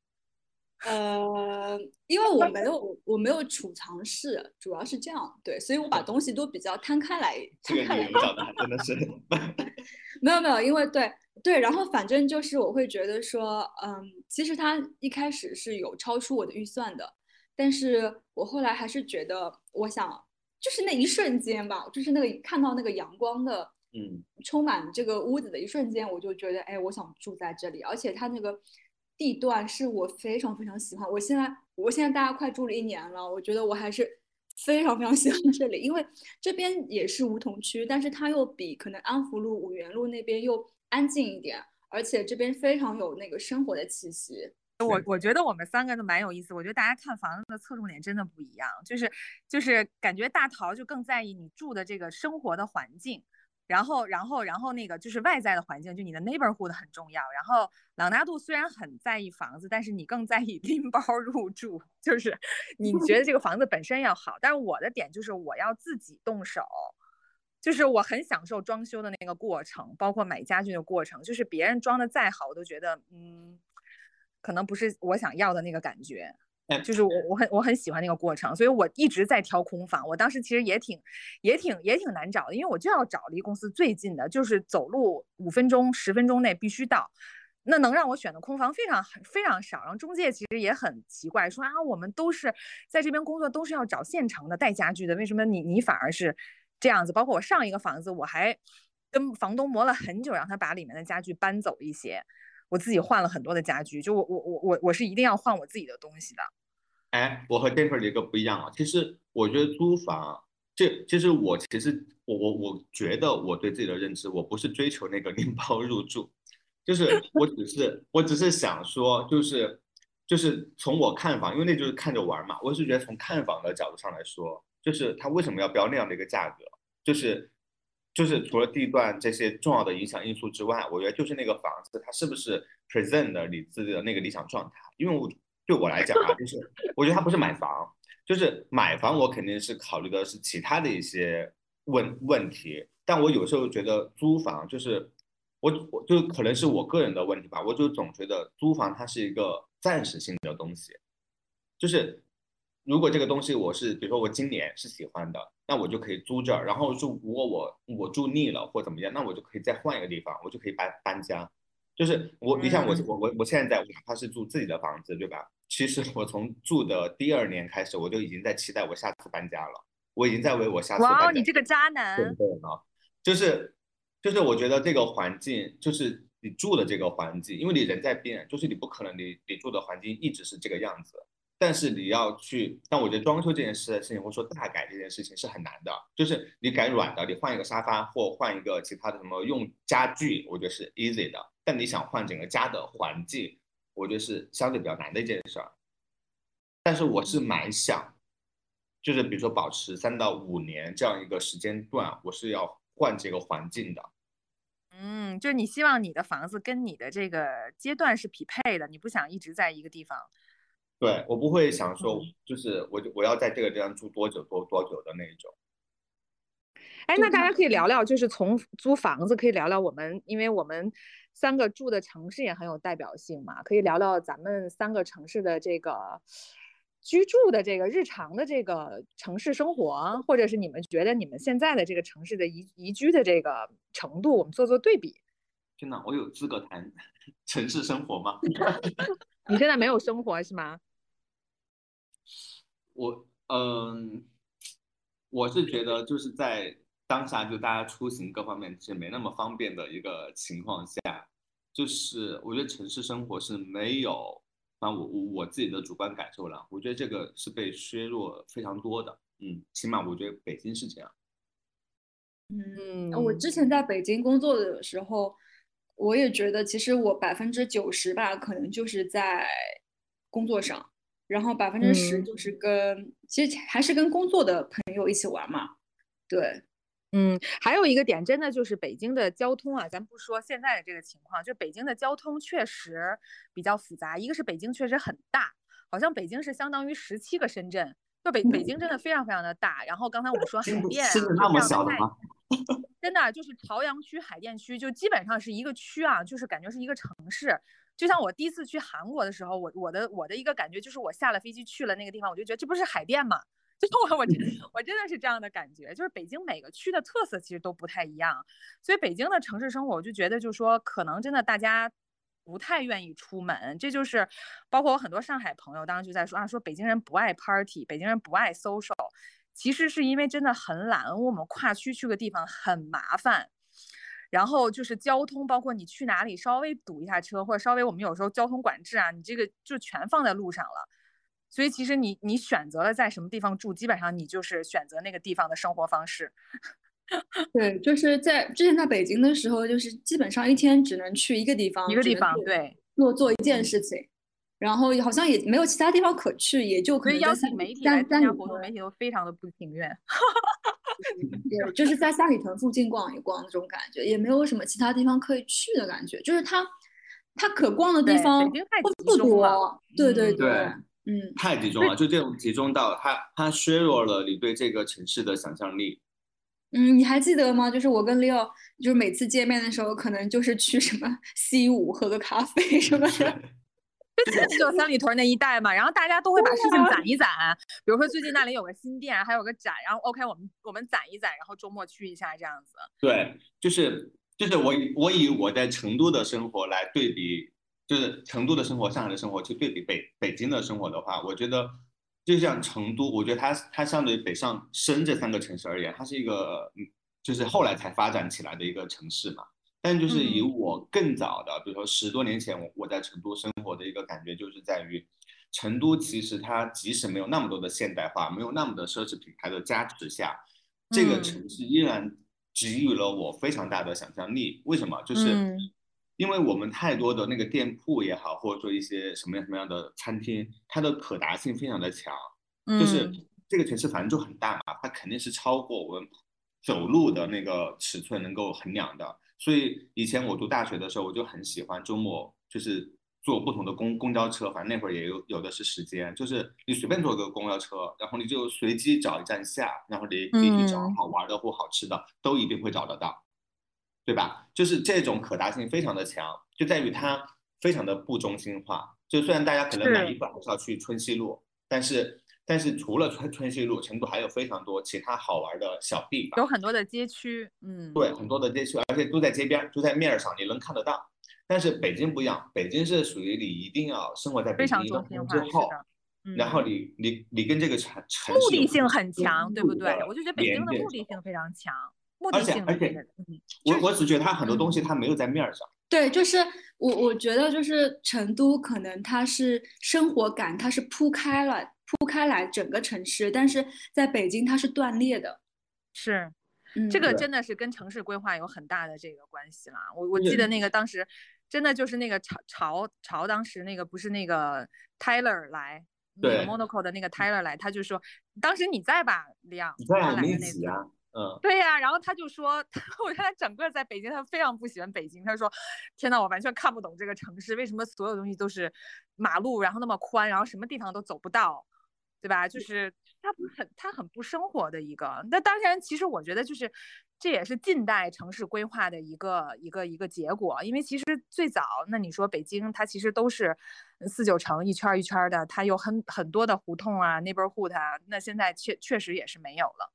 因为我没有储藏室，主要是这样，对，所以我把东西都比较摊开来。 这个你们找的还真的是。 没有，因为对，然后反正就是我会觉得说，其实他一开始是有超出我的预算的，但是我后来还是觉得，我想就是那一瞬间吧，就是那个看到那个阳光的，充满这个屋子的一瞬间，我就觉得，哎，我想住在这里，而且它那个地段是我非常非常喜欢。我现在大概快住了1年了，我觉得我还是非常非常喜欢这里，因为这边也是梧桐区，但是它又比可能安福路、五原路那边又安静一点，而且这边非常有那个生活的气息。 我觉得我们3个都蛮有意思，我觉得大家看房子的侧重点真的不一样，就是感觉大陶就更在意你住的这个生活的环境。然后那个就是外在的环境，就你的 neighborhood 很重要。然后朗纳度虽然很在意房子，但是你更在意拎包入住，就是你觉得这个房子本身要好。但是我的点就是我要自己动手，就是我很享受装修的那个过程，包括买家具的过程。就是别人装的再好，我都觉得可能不是我想要的那个感觉。 就是我很喜欢那个过程，所以我一直在挑空房。我当时其实也挺难找的，因为我就要找离公司最近的，就是走路5分钟10分钟内必须到。那能让我选的空房非常少，然后中介其实也很奇怪，说啊，我们都是在这边工作，都是要找现成的带家具的，为什么你反而是这样子？包括我上一个房子，我还跟房东磨了很久，让他把里面的家具搬走一些，我自己换了很多的家具，就我是一定要换我自己的东西的。 我和 Jennifer 的一个不一样啊。其实我觉得租房，我觉得我对自己的认知，我不是追求那个拎包入住，就是我只是想说，就是从我看房，因为那就是看着玩嘛，我是觉得从看房的角度上来说，就是他为什么要标那样的一个价格，就是除了地段这些重要的影响因素之外，我觉得就是那个房子它是不是 present 的你自己的那个理想状态，因为对我来讲啊，就是我觉得它不是买房，就是买房我肯定是考虑的是其他的一些问题，但我有时候觉得租房就是我就可能是我个人的问题吧，我就总觉得租房它是一个暂时性的东西，就是如果这个东西我是比如说我今年是喜欢的，那我就可以租这儿，然后如果我住腻了或怎么样，那我就可以再换一个地方，我就可以搬家。就是你像我现在哪怕是住自己的房子，对吧？其实我从住的第2年开始，我就已经在期待我下次搬家了，我已经在为我下次搬家。 哇，你这个渣男！ 准备了，就是我觉得这个环境，就是你住的这个环境，因为你人在变，就是你不可能你住的环境一直是这个样子。但是你要去，但我觉得装修这件事情，或者说大改这件事情是很难的。就是你改软的，你换一个沙发或换一个其他的什么用家具，我觉得是 easy 的。但你想换整个家的环境，我觉得是相对比较难的一件事儿。但是我是蛮想，就是比如说保持3到5年这样一个时间段，我是要换这个环境的。 就是你希望你的房子跟你的这个阶段是匹配的，你不想一直在一个地方。 对，我不会想说，就是我要在这个地方住多久的那种。 那大家可以聊聊，就是从租房子可以聊聊因为我们3个住的城市也很有代表性嘛，可以聊聊咱们3个城市的这个居住的这个日常的这个城市生活，或者是你们觉得你们现在的这个城市的宜居的这个程度，我们做对比。 天哪，我有资格谈城市生活吗？ 你现在没有生活是吗？ 我是觉得就是在当下就大家出行各方面是没那么方便的一个情况下，就是我觉得城市生活是没有，我自己的主观感受了，我觉得这个是被削弱非常多的，起码我觉得北京是这样。 我之前在北京工作的时候，我也觉得其实我90%吧，可能就是在工作上，然后10%就是其实还是跟工作的朋友一起玩嘛。对， 还有一个点，真的就是北京的交通啊，咱不说现在的这个情况，就北京的交通确实比较复杂。一个是北京确实很大，好像北京是相当于17个深圳，就北京真的非常非常的大。然后刚才我们说海淀啊， 是那么小的吗？ 真的就是朝阳区、海淀区，就基本上是一个区啊，就是感觉是一个城市。就像我第一次去韩国的时候，我的一个感觉就是，我下了飞机去了那个地方，我就觉得这不是海淀吗？就是我真的是这样的感觉，就是北京每个区的特色其实都不太一样，所以北京的城市生活，我就觉得就是说，可能真的大家不太愿意出门，这就是包括我很多上海朋友当时就在说说北京人不爱 party， 北京人不爱 social。其实是因为真的很懒，我们跨区去个地方很麻烦，然后就是交通，包括你去哪里稍微堵一下车，或者稍微我们有时候交通管制啊，你这个就全放在路上了。所以其实你选择了在什么地方住，基本上你就是选择那个地方的生活方式。 对，就是之前在北京的时候，就是基本上一天只能去一个地方， 对， 做一件事情。然后好像也没有其他地方可去，也就可能邀请媒体来参加活动，媒体都非常的不情愿。 对，就是在三里屯附近逛一逛那种感觉，也没有什么其他地方可以去的感觉，就是它可逛的地方不多。对对对， 太集中了，就这种集中到它削弱了你对这个城市的想象力。 你还记得吗？就是我跟 Leo，就是每次见面的时候，可能就是去什么西武喝个咖啡什么的。 就进去就三里屯那一带嘛，然后大家都会把事情攒一攒，比如说最近那里有个新店，还有个展，然后 OK 我们攒一攒，然后周末去一下这样子。 对，就是我以我在成都的生活来对比，就是成都的生活、上海的生活去对比北京的生活的话，我觉得就像成都，我觉得它相对于北上深这3个城市而言，它是一个就是后来才发展起来的一个城市嘛。但就是以我更早的，比如说10多年前我在成都生活的一个感觉，就是在于成都其实它即使没有那么多的现代化，没有那么多奢侈品牌的加持下，这个城市依然给予了我非常大的想象力。为什么？就是因为我们太多的那个店铺也好，或者说一些什么样的餐厅，它的可达性非常的强。就是这个城市反正就很大嘛，它肯定是超过我们走路的那个尺寸能够衡量的。所以以前我读大学的时候，我就很喜欢周末就是坐不同的公交车，反正那会儿也有的是时间，就是你随便坐个公交车，然后你就随机找一站下，然后你去找好玩的或好吃的，都一定会找得到，对吧？就是这种可达性非常的强，就在于它非常的不中心化。就虽然大家可能买衣服还是要去春熙路，但是除了春熙路，成都还有非常多其他好玩的小地方， 有很多的街区， 对，很多的街区，而且都在街边，就在面上，你能看得到。但是北京不一样，北京是属于你一定要生活在北京一段时间之后，然后你跟这个城市目的性很强，对不对？我就觉得北京的目的性非常强，目的性而且我只觉得它很多东西它没有在面上。 对，就是我觉得就是成都可能它是生活感，它是铺开来整个城市，但是在北京它是断裂的。 是。这个真的是跟城市规划有很大的这个关系啦。我记得那个当时真的就是那个潮当时那个不是那个 Tyler 来，那个 Monaco 的那个 Tyler 来，他就说当时你在吧，李阳， 你在他来的那次啊， 对呀，然后他就说，我看他整个在北京，他非常不喜欢北京。他说：“天哪，我完全看不懂这个城市，为什么所有东西都是马路，然后那么宽，然后什么地方都走不到，对吧？就是他很不生活的一个。那当然，其实我觉得就是这也是近代城市规划的一个结果。因为其实最早，那你说北京，它其实都是4、9城一圈一圈的，它有很多的胡同啊 ，neighborhood 啊，那现在确实也是没有了。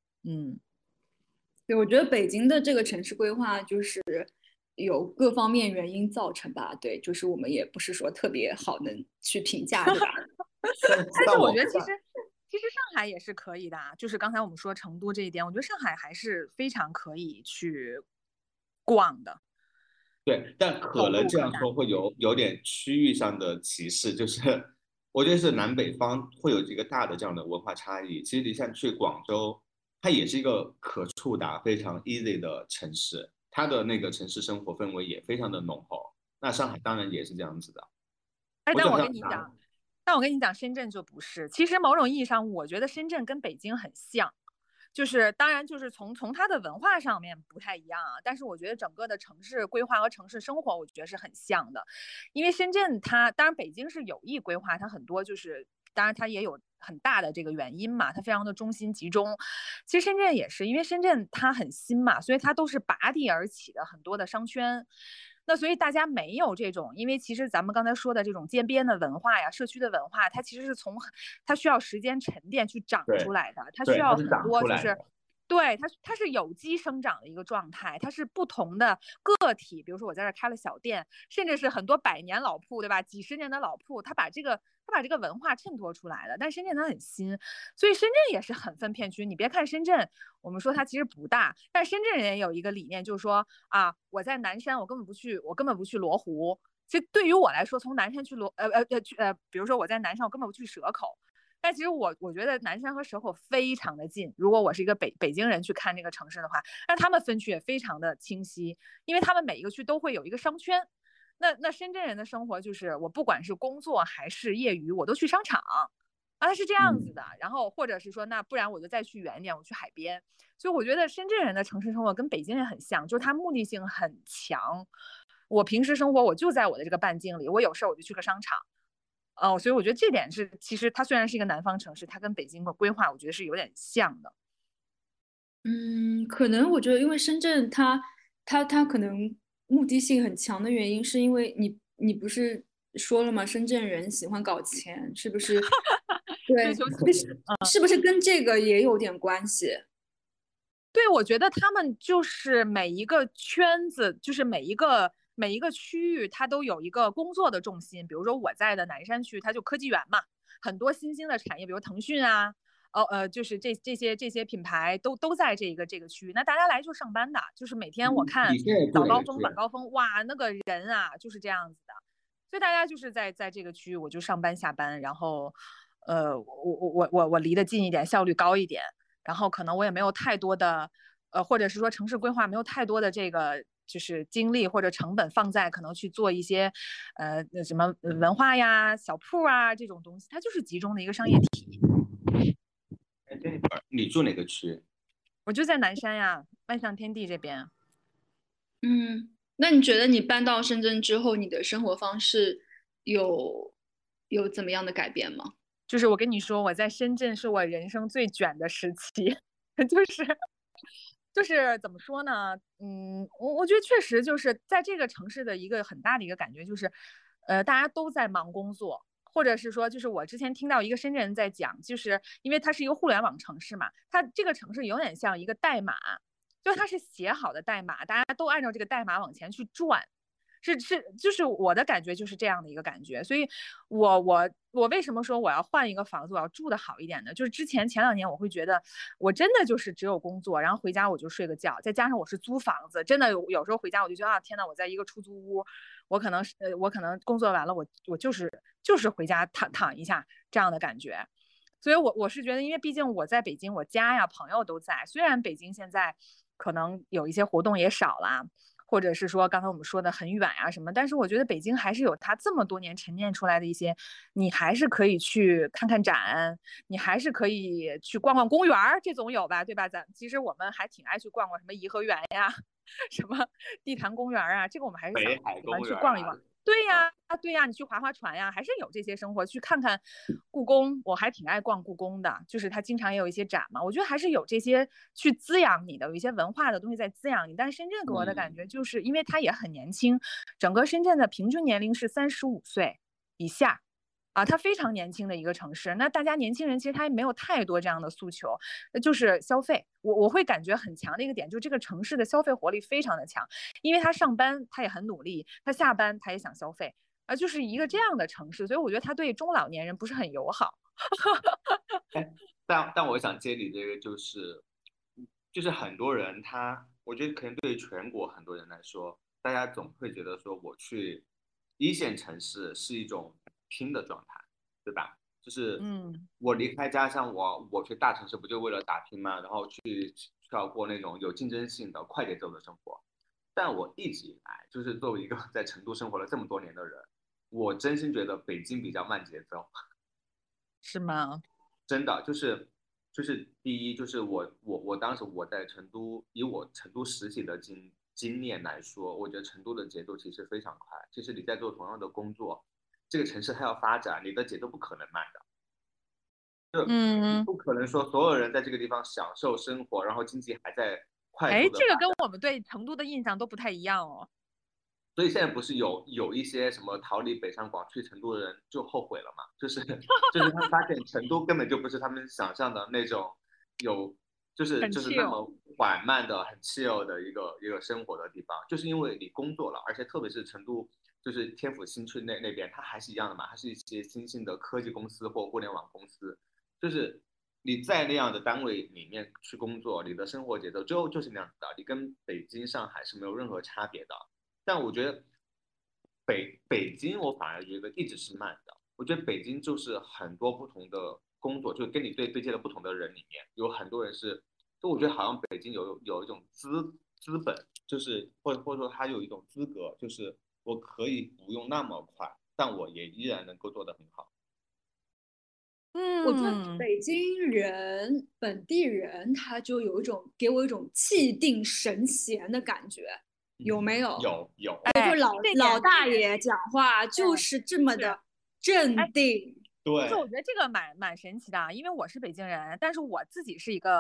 对，我觉得北京的这个城市规划就是有各方面原因造成吧。对，就是我们也不是说特别好能去评价，对吧？ 但是我觉得其实上海也是可以的，就是刚才我们说成都这一点，我觉得上海还是非常可以去逛的。 对，但可能这样说会有点区域上的歧视，就是我觉得是南北方会有一个大的这样的文化差异。其实你像去广州，它也是一个可触达非常 easy 的城市，它的那个城市生活氛围也非常的浓厚。那上海当然也是这样子的。 但我跟你讲，深圳就不是。其实某种意义上，我觉得深圳跟北京很像。就是当然就是从它的文化上面不太一样啊，但是我觉得整个的城市规划和城市生活，我觉得是很像的。因为深圳它当然北京是有意规划，它很多就是当然它也有很大的这个原因嘛，它非常的中心集中。其实深圳也是，因为深圳它很新嘛，所以它都是拔地而起的很多的商圈。那所以大家没有这种，因为其实咱们刚才说的这种街边的文化呀、社区的文化，它其实是它需要时间沉淀去长出来的，它需要很多就是。对，它是有机生长的一个状态，它是不同的个体，比如说我在这开了小店，甚至是很多100年老铺，对吧？几十年的老铺，它把这个文化衬托出来了。但深圳它很新，所以深圳也是很分片区。你别看深圳，我们说它其实不大，但深圳人也有一个理念，就是说啊，我在南山，我根本不去罗湖。其实对于我来说，从南山去比如说我在南山，我根本不去蛇口。但其实我觉得南山和蛇口非常的近，如果我是一个北京人去看这个城市的话，那他们分区也非常的清晰，因为他们每一个区都会有一个商圈。那深圳人的生活就是我不管是工作还是业余，我都去商场啊，是这样子的。然后或者是说，那不然我就再去远一点，我去海边。所以我觉得深圳人的城市生活跟北京人很像，就是它目的性很强。我平时生活我就在我的这个半径里，我有事我就去个商场。所以我觉得这点是，其实它虽然是一个南方城市，它跟北京的规划，我觉得是有点像的。 可能我觉得，因为深圳它可能目的性很强的原因，是因为你不是说了嘛，深圳人喜欢搞钱，是不是？对， 追求是不是跟这个也有点关系？ 对，我觉得他们就是每一个圈子，就是每一个区域，它都有一个工作的重心。比如说我在的南山区，它就科技园嘛，很多新兴的产业，比如腾讯啊，就是这些品牌都在这个区域。那大家来就上班的，就是每天我看早高峰、晚高峰，哇，那个人啊，就是这样子的。所以大家就是在这个区域，我就上班下班，然后，我离得近一点，效率高一点。然后可能我也没有太多的，或者是说城市规划没有太多的这个就是精力或者成本放在可能去做一些，什么文化呀、小铺啊这种东西，它就是集中的一个商业体。 你住哪个区？ 我就在南山呀，万象天地这边。 那你觉得你搬到深圳之后，你的生活方式有怎么样的改变吗？ 就是我跟你说，我在深圳是我人生最卷的时期，就是怎么说呢？我觉得确实就是在这个城市的一个很大的一个感觉就是，大家都在忙工作，或者是说，就是我之前听到一个深圳人在讲，就是因为它是一个互联网城市嘛，它这个城市有点像一个代码，就它是写好的代码，大家都按照这个代码往前去转。就是我的感觉就是这样的一个感觉，所以我为什么说我要换一个房子，我要住的好一点呢？就是前2年我会觉得我真的就是只有工作，然后回家我就睡个觉，再加上我是租房子，真的有时候回家我就觉得啊天呐，我在一个出租屋，我可能工作完了我就是回家躺一下这样的感觉。所以我是觉得，因为毕竟我在北京，我家呀朋友都在，虽然北京现在可能有一些活动也少了。或者是说刚才我们说的很远啊什么，但是我觉得北京还是有它这么多年沉淀出来的一些，你还是可以去看看展，你还是可以去逛逛公园，这种有吧，对吧？其实我们还挺爱去逛逛什么颐和园呀，什么地坛公园啊，这个我们还是喜欢去逛一逛。对呀，对呀，你去划划船呀，还是有这些生活。去看看故宫，我还挺爱逛故宫的，就是它经常也有一些展嘛。我觉得还是有这些去滋养你的，有一些文化的东西在滋养你。但是深圳给我的感觉就是，因为它也很年轻，整个深圳的平均年龄是35岁以下。啊，它非常年轻的一个城市，那大家年轻人其实他也没有太多这样的诉求，就是消费。我会感觉很强的一个点，就是这个城市的消费活力非常的强，因为他上班他也很努力，他下班他也想消费，就是一个这样的城市，所以我觉得他对中老年人不是很友好。 但我想接你这个就是很多人我觉得可能对于全国很多人来说，大家总会觉得说我去一线城市是一种拼的状态，对吧？就是我离开家乡，我去大城市不就为了打拼吗？然后去要过那种有竞争性的快节奏的生活。但我一直以来就是作为一个在成都生活了这么多年的人，我真心觉得北京比较慢节奏。 是吗？ 真的就是第一就是我当时我在成都，以我成都实习的经验来说，我觉得成都的节奏其实非常快。其实你在做同样的工作，这个城市它要发展，你的节奏不可能慢的。不可能说所有人在这个地方享受生活，然后经济还在快速的。 这个跟我们对成都的印象都不太一样哦。 所以现在不是有一些什么逃离北上广去成都的人就后悔了嘛？就是他们发现成都根本就不是他们想象的那种就是那么缓慢的很 chill 的一个生活的地方，就是因为你工作了，而且特别是成都就是天府新区那边，它还是一样的嘛，它是一些新兴的科技公司或互联网公司，就是你在那样的单位里面去工作，你的生活节奏就是那样子的，你跟北京、上海是没有任何差别的。但我觉得北京，我反而觉得一直是慢的。我觉得北京就是很多不同的工作，就跟你对接的不同的人里面，有很多人就我觉得好像北京有一种资本，就是或者说他有一种资格，就是我可以不用那么快，但我也依然能够做得很好。 我觉得北京人本地人他就给我一种气定神闲的感觉。有没有？ 有， 就老大爷讲话就是这么的镇定。 对， 我觉得这个蛮神奇的，因为我是北京人，但是我自己是一个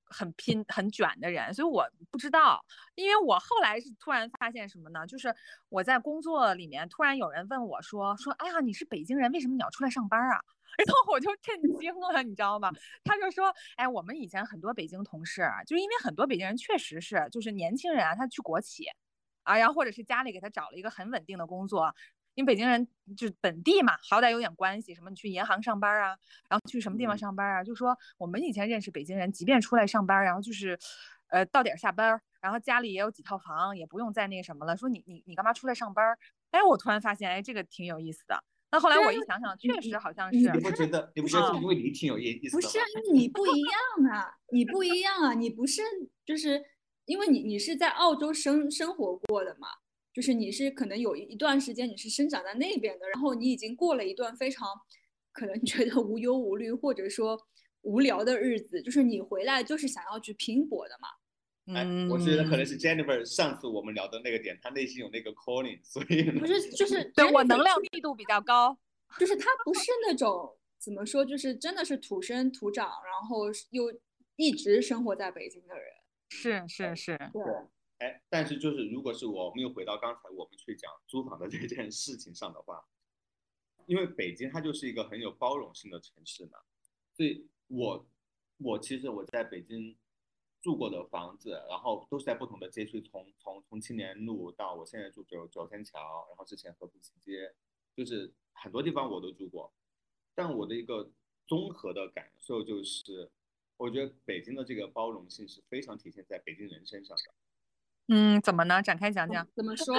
很拼很卷的人，所以我不知道。因为我后来是突然发现什么呢？就是我在工作里面突然有人问我说，哎呀，你是北京人，为什么你要出来上班啊？然后我就震惊了，你知道吗？他就说，哎，我们以前很多北京同事，就是因为很多北京人确实是就是年轻人啊，他去国企啊，然后或者是家里给他找了一个很稳定的工作。因为北京人就本地嘛，好歹有点关系，什么你去银行上班啊，然后去什么地方上班啊，就说我们以前认识北京人，即便出来上班，然后就是到点下班，然后家里也有几套房，也不用再那个什么了，说你干嘛出来上班？哎，我突然发现，哎，这个挺有意思的。那后来我一想想，确实好像是。 你不觉得因为你挺有意思的吗？ 不是，因为你不一样啊，你不一样啊，你不是就是因为你是在澳洲生活过的嘛。就是你是可能有一段时间你是生长在那边的，然后你已经过了一段非常可能觉得无忧无虑或者说无聊的日子，就是你回来就是想要去拼搏的嘛。 我觉得可能是 Jennifer 上次我们聊的那个点，她内心有那个 calling， 所以不是就是对我能量密度比较高， 就是他不是那种怎么说，就是真的是土生土长，然后又一直生活在北京的人。 是， 对。 但是就是如果是我们又回到刚才我们去讲租房的这件事情上的话，因为北京它就是一个很有包容性的城市嘛，所以我其实我在北京住过的房子，然后都是在不同的街区，从青年路到我现在住九仙桥，然后之前和平西街，就是很多地方我都住过，但我的一个综合的感受就是，我觉得北京的这个包容性是非常体现在北京人身上的。 怎么呢？展开讲讲。 怎么说？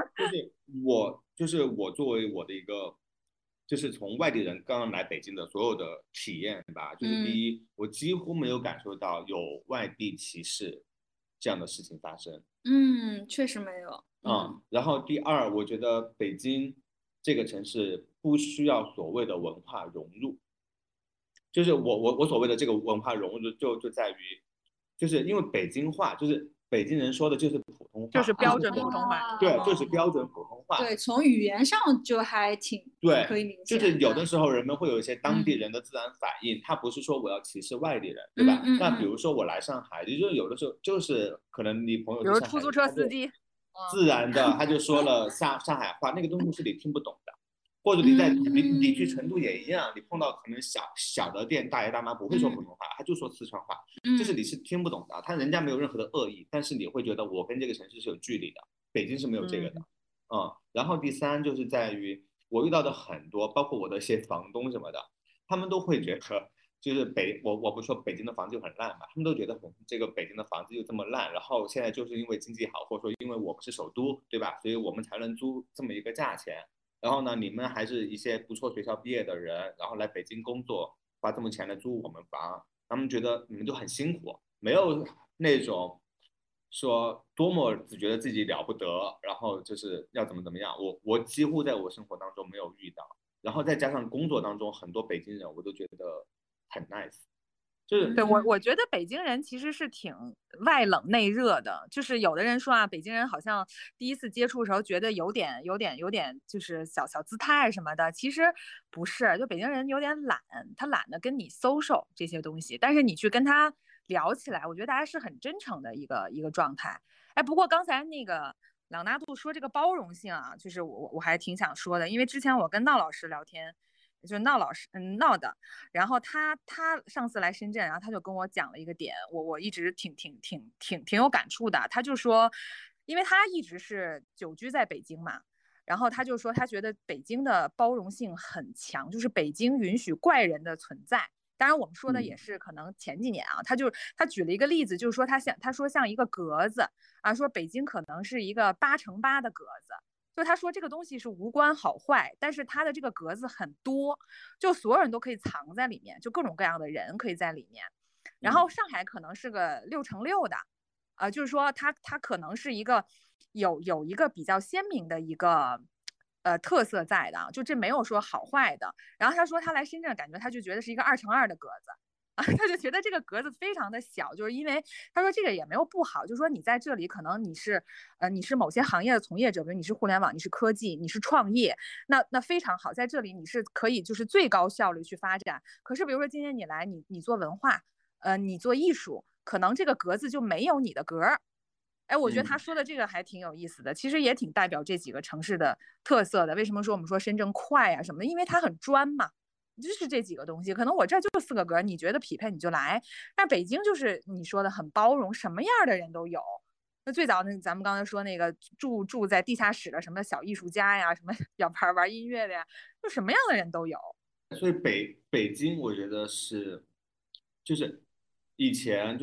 就是我作为我的一个，就是从外地人刚刚来北京的所有的体验吧，就是第一，我几乎没有感受到有外地歧视这样的事情发生。 确实没有。 然后第二，我觉得北京这个城市不需要所谓的文化融入，就是我所谓的这个文化融入就在于，就是因为北京话就是北京人说的就是普通话， 就是标准普通话。 对，就是标准普通话。 对，从语言上就还挺可以明显。 就是有的时候人们会有一些当地人的自然反应，他不是说我要歧视外地人，对吧？那比如说我来上海，也就是有的时候就是可能你朋友， 比如出租车司机， 自然的他就说了上海话，那个东西是你听不懂的。或者你去成都也一样，你碰到可能小的店，大爷大妈不会说普通话，他就说四川话，就是你是听不懂的，他人家没有任何的恶意，但是你会觉得我跟这个城市是有距离的，北京是没有这个的。然后第三就是在于我遇到的很多，包括我的一些房东什么的，他们都会觉得就是我不说北京的房子就很烂嘛，他们都觉得这个北京的房子就这么烂，然后现在就是因为经济好，或者说因为我们是首都，对吧？所以我们才能租这么一个价钱。然后呢，你们还是一些不错学校毕业的人，然后来北京工作，花这么钱来租我们房，他们觉得你们就很辛苦，没有那种说多么只觉得自己了不得，然后就是要怎么样。我几乎在我生活当中没有遇到，然后再加上工作当中很多北京人，我都觉得很 nice。 对我觉得北京人其实是挺外冷内热的，就是有的人说啊，北京人好像第一次接触的时候觉得有点就是小姿态什么的，其实不是，就北京人有点懒，他懒得跟你 social 这些东西，但是你去跟他聊起来，我觉得大家是很真诚的一个状态。哎，不过刚才那个朗纳度说这个包容性啊，就是我还挺想说的，因为之前我跟闹老师聊天。就闹老师闹的，然后他上次来深圳，然后他就跟我讲了一个点，我一直挺有感触的。他就说，因为他一直是久居在北京嘛，然后他就说他觉得北京的包容性很强，就是北京允许怪人的存在。当然我们说的也是可能前几年啊，他举了一个例子，就是说他说像一个格子啊，说北京可能是一个8×8的格子。就他说这个东西是无关好坏，但是它的这个格子很多，就所有人都可以藏在里面，就各种各样的人可以在里面。然后上海可能是个6×6的，就是说它可能是一个有一个比较鲜明的一个特色在的，就这没有说好坏的。然后他说他来深圳，感觉他就觉得是一个2×2的格子。他就觉得这个格子非常的小，就是因为他说这个也没有不好，就是说你在这里可能你是某些行业的从业者，比如你是互联网，你是科技，你是创业，那非常好，在这里你是可以就是最高效率去发展。可是比如说今天你来，你做文化，你做艺术， 可能这个格子就没有你的格。哎，我觉得他说的这个还挺有意思的，其实也挺代表这几个城市的特色的。为什么说我们说深圳快啊什么的？因为它很专嘛，就是这几个东西。可能我这就4个格，你觉得匹配你就来。但北京就是你说的很包容，什么样的人都有。那最早咱们刚才说那个住在地下室的什么小艺术家呀，什么玩音乐的呀，就什么样的人都有。 所以北京，我觉得是，就是以前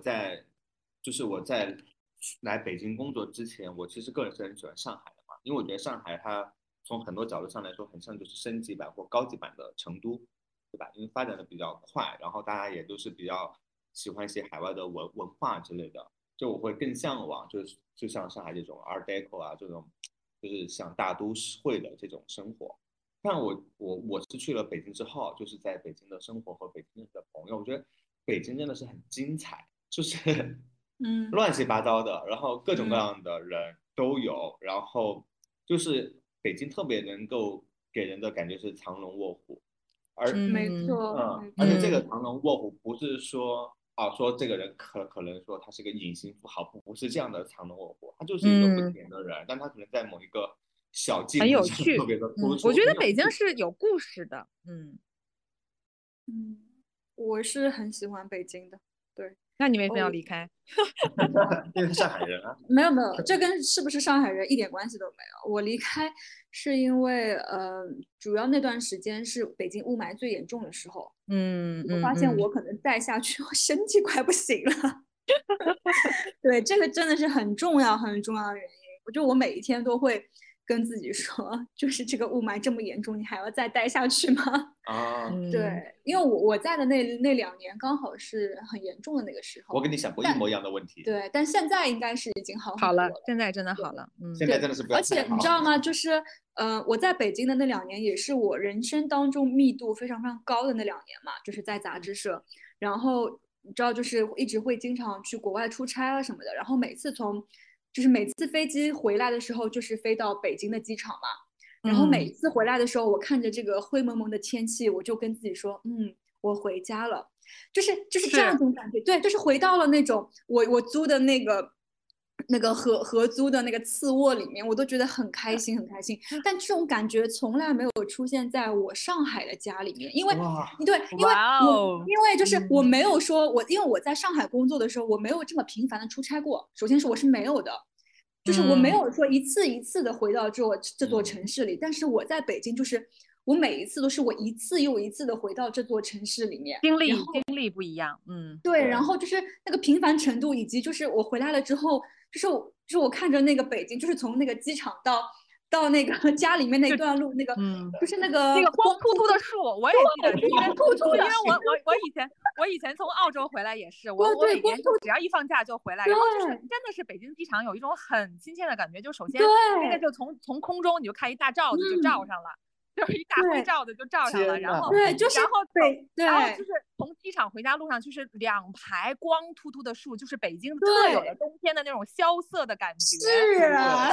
我在来北京工作之前，我其实个人是很喜欢上海的嘛，因为我觉得上海它从很多角度上来说，很像就是升级版或高级版的成都，对吧？因为发展的比较快，然后大家也都是比较喜欢一些海外的文化之类的，就我会更向往，就像上海这种 Art Deco 啊这种，就是像大都会的这种生活。但我是去了北京之后，就是在北京的生活和北京的朋友，我觉得北京真的是很精彩，就是乱七八糟的，然后各种各样的人都有，然后就是北京特别能够给人的感觉是藏龙卧虎， 没错， 而且这个藏龙卧虎不是说说这个人可能说他是个隐形富豪，不是这样的藏龙卧虎，他就是一个不起眼的人，但他可能在某一个小技能上特别的突出。 我觉得北京是有故事的， 我是很喜欢北京的，对。 那你为什么要离开？ 因为是上海人啊。 没有，这跟是不是上海人一点关系都没有。我离开是因为主要那段时间是北京雾霾最严重的时候。我发现我可能再下去，我身体快不行了。对，这个真的是很重要很重要的原因。我每一天都会跟自己说，就是这个雾霾这么严重，你还要再待下去吗？对，因为我在的那2年刚好是很严重的那个时候。 我跟你想过一模一样的问题。 对，但现在应该是已经好了，现在真的好了。 现在真的是不要而且你知道吗？就是我在北京的那2年也是我人生当中密度非常非常高的那2年嘛，就是在杂志社，然后你知道就是一直会经常去国外出差啊什么的，然后每次飞机回来的时候就是飞到北京的机场嘛，然后每次回来的时候我看着这个灰蒙蒙的天气，我就跟自己说我回家了，就是这样一种感觉。对，就是回到了那种我租的那个合租的那个次卧里面，我都觉得很开心很开心。但这种感觉从来没有出现在我上海的家里面，因为就是我没有说因为我在上海工作的时候，我没有这么频繁的出差过。首先是我是没有的，就是我没有说一次一次的回到这座城市里，但是我在北京就是我每一次都是我一次又一次的回到这座城市里面， 经历不一样。 对，然后就是那个频繁程度，以及就是我回来了之后，就是我看着那个北京，就是从那个机场到那个家里面那段路，就是那个光秃秃的树，我也记得，因为我以前从澳洲回来也是，我每年就只要一放假就回来，然后就是真的是北京机场有一种很亲切的感觉，就首先那个就从空中你就看一大罩子就罩上了。就是一大灰罩子就罩上了，然后就是从机场回家路上，就是2排光秃秃的树，就是北京特有的冬天的那种萧瑟的感觉。 是啊，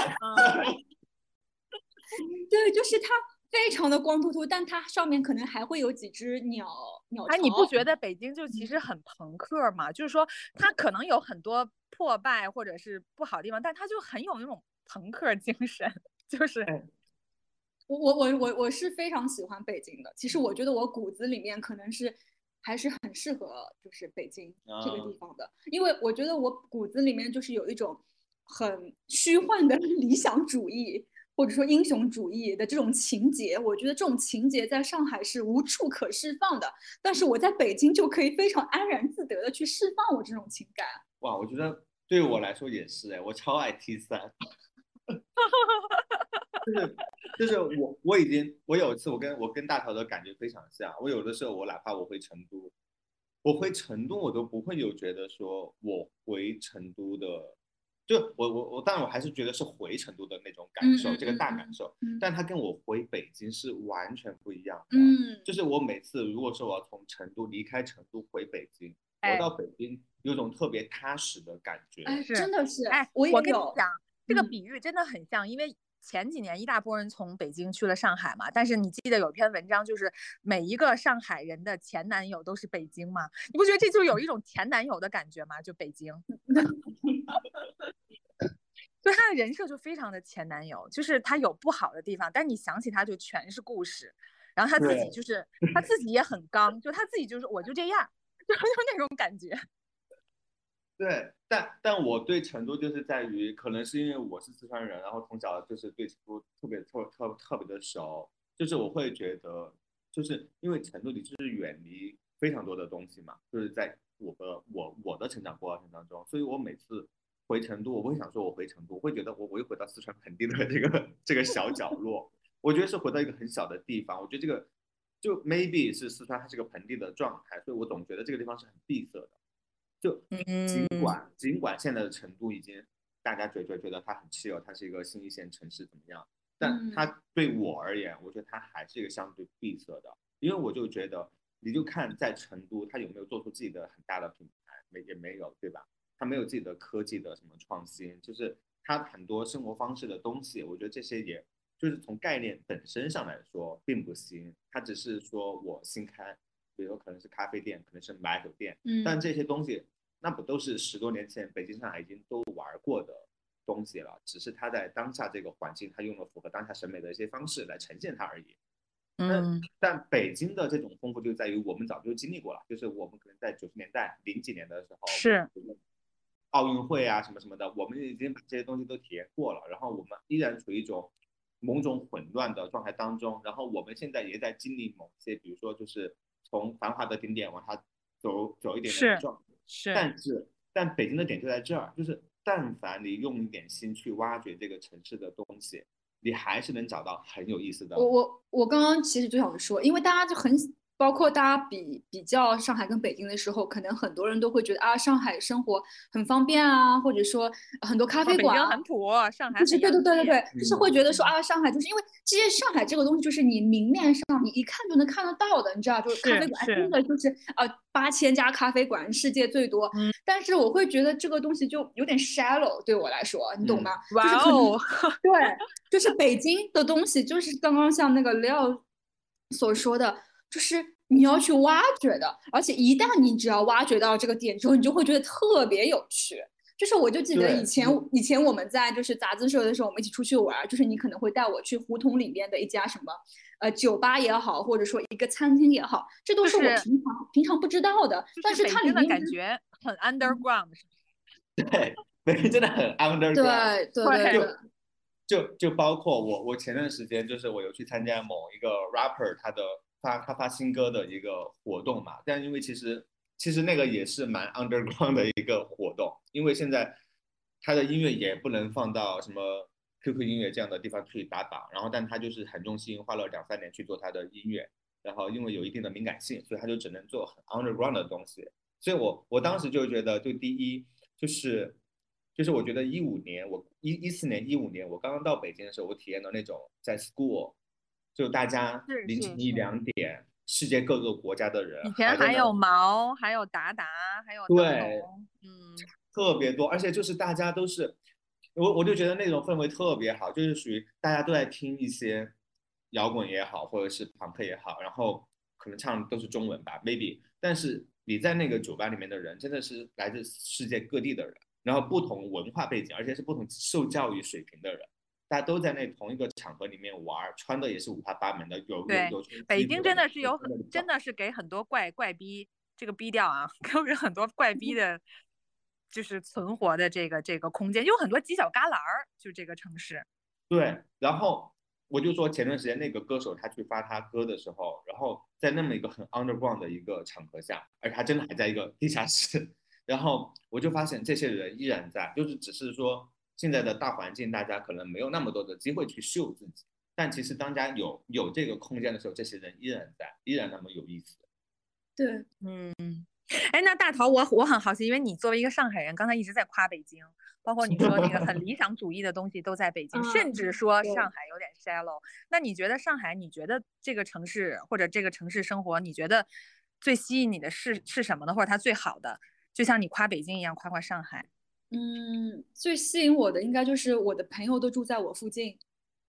对，就是它非常的光秃秃，但它上面可能还会有几只鸟巢。 你不觉得北京就其实很朋克吗？就是说它可能有很多破败或者是不好的地方，但它就很有那种朋克精神，就是。 我是非常喜欢北京的。其实我觉得我骨子里面可能还是很适合就是北京这个地方的，因为我觉得我骨子里面就是有一种很虚幻的理想主义或者说英雄主义的这种情节。我觉得这种情节在上海是无处可释放的，但是我在北京就可以非常安然自得的去释放我这种情感。 哇，我觉得对我来说也是我超爱 T3。就是我有一次我跟大头的感觉非常像。我有的时候我哪怕我回成都我都不会有觉得说我回成都的，就我当然我还是觉得是回成都的那种感受，这个大感受。但它跟我回北京是完全不一样的。就是我每次如果说我要从成都离开成都回北京，我到北京有种特别踏实的感觉。 真的是。 我跟你讲，这个比喻真的很像，因为前几年一大波人从北京去了上海嘛，但是你记得有篇文章就是每一个上海人的前男友都是北京吗？你不觉得这就有一种前男友的感觉吗？就北京。所以他的人设就非常的前男友，就是他有不好的地方，但是你想起他就全是故事。然后他自己就是他自己也很刚，就他自己就是我就这样，就那种感觉。 对，但我对成都就是在于，可能是因为我是四川人，然后从小就是对成都特别的熟，就是我会觉得，就是因为成都你就是远离非常多的东西嘛，就是在我的成长过程当中，所以我每次回成都，我不会想说我回成都，我会觉得我又回到四川盆地的这个小角落，我觉得是回到一个很小的地方，我觉得这个就 maybe 是四川它是个盆地的状态，所以我总觉得这个地方是很闭塞的。就尽管现在的成都已经大家觉得它很 chill，它是一个新一线城市怎么样，但它对我而言，我觉得它还是一个相对闭塞的，因为我就觉得你就看在成都它有没有做出自己的很大的品牌，也没有，对吧？它没有自己的科技的什么创新，就是它很多生活方式的东西，我觉得这些也就是从概念本身上来说并不新，它只是说我新开，比如可能是咖啡店，可能是买手店，但这些东西那不都是10多年前北京上海已经都玩过的东西了，只是它在当下这个环境，它用了符合当下审美的一些方式来呈现它而已。但北京的这种丰富就在于我们早就经历过了，就是我们可能在90年代00几年的时候， 是奥运会啊什么什么的，我们已经把这些东西都体验过了，然后我们依然处于一种某种混乱的状态当中，然后我们现在也在经历某些，比如说就是从繁华的顶点往下走一点点的状态，但北京的点就在这儿，就是但凡你用一点心去挖掘这个城市的东西，你还是能找到很有意思的。 我刚刚其实就想说，因为大家就很包括大家比较上海跟北京的时候，可能很多人都会觉得啊，上海生活很方便啊，或者说很多咖啡馆、 北京很土，上海就是对，就是会觉得说啊，上海就是因为其实上海这个东西就是你明面上你一看就能看得到的，你知道，就是咖啡馆真的就是8000家咖啡馆，世界最多。但是我会觉得这个东西就有点 shallow， 对我来说，你懂吗？就是可能对，就是北京的东西，就是刚刚像那个雷奥所说的。就是你要去挖掘的，而且一旦你只要挖掘到这个点之后，你就会觉得特别有趣。就是我就记得以前我们在就是杂志社的时候，我们一起出去玩，就是你可能会带我去胡同里面的一家什么酒吧也好，或者说一个餐厅也好，这都是我平常不知道的。但是它里面感觉很 underground， 对，北京真的很 underground。 对， 就包括我前段时间就是我有去参加某一个 rapper 他发新歌的一个活动嘛，但因为其实那个也是蛮 underground 的一个活动，因为现在他的音乐也不能放到什么 QQ 音乐这样的地方去打榜，然后但他就是很用心，花了2-3年去做他的音乐，然后因为有一定的敏感性，所以他就只能做很 underground 的东西。所以我当时就觉得，就第一就是我觉得15年，我14年15年，我刚刚到北京的时候，我体验到那种在 school， 就大家凌晨1-2点，世界各个国家的人， 以前还有毛，还有达达，还有对，特别多，而且就是大家都是，我就觉得那种氛围特别好，就是属于大家都在听一些摇滚也好，或者是朋克也好，然后可能唱的都是中文吧 ，maybe， 但是你在那个酒吧里面的人真的是来自世界各地的人。然后不同文化背景，而且是不同受教育水平的人，大家都在那同一个场合里面玩，穿的也是五花八门的。有北京真的是真的是给很多怪逼这个逼调啊，给很多怪逼的，就是存活的这个空间，有很多犄角旮旯儿，就这个城市。 对，然后我就说前段时间那个歌手他去发他歌的时候，然后在那么一个很 underground 的一个场合下，而且他真的还在一个地下室。然后我就发现这些人依然在，就是只是说现在的大环境，大家可能没有那么多的机会去秀自己，但其实当家有这个空间的时候，这些人依然在，依然那么有意思。 对， 哎，那大陶，我很好奇，因为你作为一个上海人，刚才一直在夸北京，包括你说那个很理想主义的东西都在北京，甚至说上海有点 shallow。那你觉得上海？你觉得这个城市或者这个城市生活，你觉得最吸引你的是什么呢？或者它最好的？就像你夸北京一样，夸上海。 最吸引我的应该就是我的朋友都住在我附近，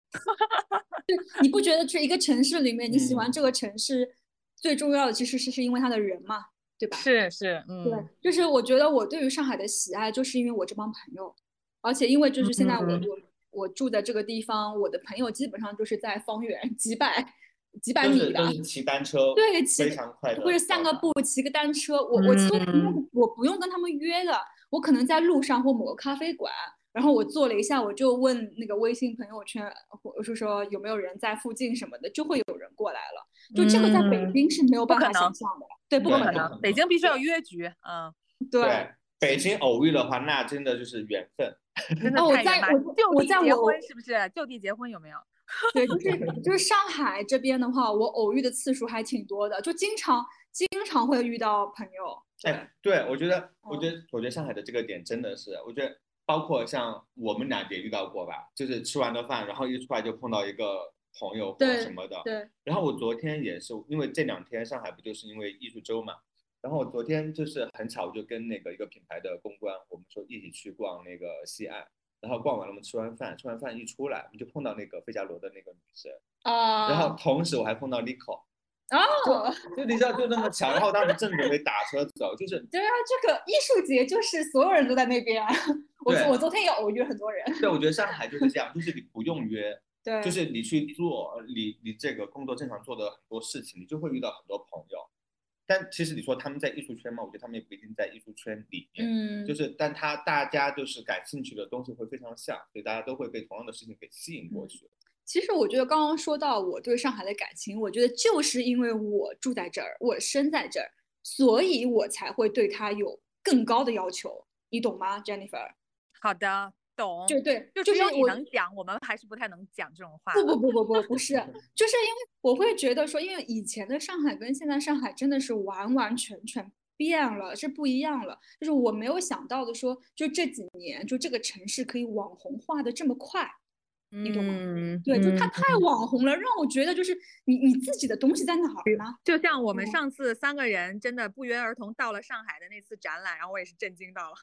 对，你不觉得这一个城市里面，你喜欢这个城市最重要的其实是因为它的人嘛，对吧？ 是， 对，就是我觉得我对于上海的喜爱，就是因为我这帮朋友，而且因为就是现在我住在这个地方，我的朋友基本上就是在方圆几百米的， 都是骑单车， 对， 非常快的， 或者散个步，骑个单车，我不用跟他们约的，我可能在路上或某个咖啡馆。然后我坐了一下，我就问那个微信朋友圈，我是说有没有人在附近什么的，就会有人过来了。就这个在北京是没有办法想象的，对，不可能， 北京必须要约局， 对， 北京偶遇的话，那真的就是缘分。 真的太圆满。就地结婚是不是？就地结婚有没有？ 对，就是上海这边的话，我偶遇的次数还挺多的，就经常会遇到朋友。 对，我觉得上海的这个点真的是，我觉得。包括像我们俩也遇到过吧，就是吃完的饭，然后一出来就碰到一个朋友或什么的。 对。 然后我昨天也是，因为这2天上海不就是因为艺术周嘛，然后我昨天就是很巧，就跟那个一个品牌的公关，我们说一起去逛那个西岸，然后逛完了，我们吃完饭一出来，我们就碰到那个费加罗的那个女生然后同时我还碰到 Nico。就你知道就那么巧，然后当时正准备打车走，就是对啊，这个艺术节就是所有人都在那边啊。我昨天也偶遇很多人。 对，我觉得上海就是这样，就是你不用约， 对， 就是你去做你这个工作正常做的很多事情，你就会遇到很多朋友。但其实你说他们在艺术圈嘛，我觉得他们也不一定在艺术圈里面，就是但大家就是感兴趣的东西会非常像，所以大家都会被同样的事情给吸引过去。 其实我觉得刚刚说到我对上海的感情，我觉得就是因为我住在这儿，我生在这儿，所以我才会对它有更高的要求，你懂吗 ，Jennifer？ 好的，懂。 对， 就只有你能讲，我们还是不太能讲这种话。 不是，就是因为我会觉得说，因为以前的上海跟现在上海真的是完完全全变了，是不一样了。就是我没有想到的说，就这几年，就这个城市可以网红化的这么快。你懂吗？对，就它太网红了，让我觉得就是你自己的东西在哪儿呢？ 就像我们上次3个人真的不约而同到了上海的那次展览，然后我也是震惊到了。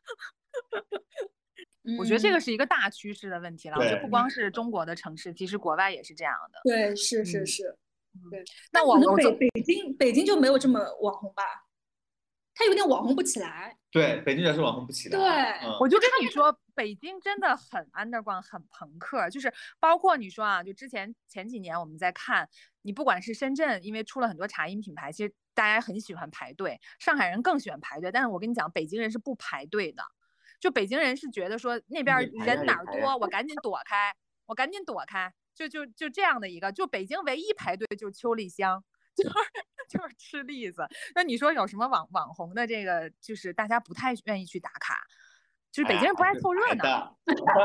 我觉得这个是一个大趋势的问题了。我觉得不光是中国的城市，其实国外也是这样的。 对，是。对， 那我北京就没有这么网红吧？它有点网红不起来。 对，北京也是网红不起来。 对， 我就跟你说，北京真的很 underground， 很朋克，就是包括你说啊，就前几年我们在看，你不管是深圳，因为出了很多茶饮品牌，其实大家很喜欢排队，上海人更喜欢排队，但是我跟你讲，北京人是不排队的，就北京人是觉得说那边人哪儿多，我赶紧躲开，就这样的一个，就北京唯一排队就是秋丽香。就是吃栗子。那你说有什么网红的这个，就是大家不太愿意去打卡，就是北京人不爱凑热闹。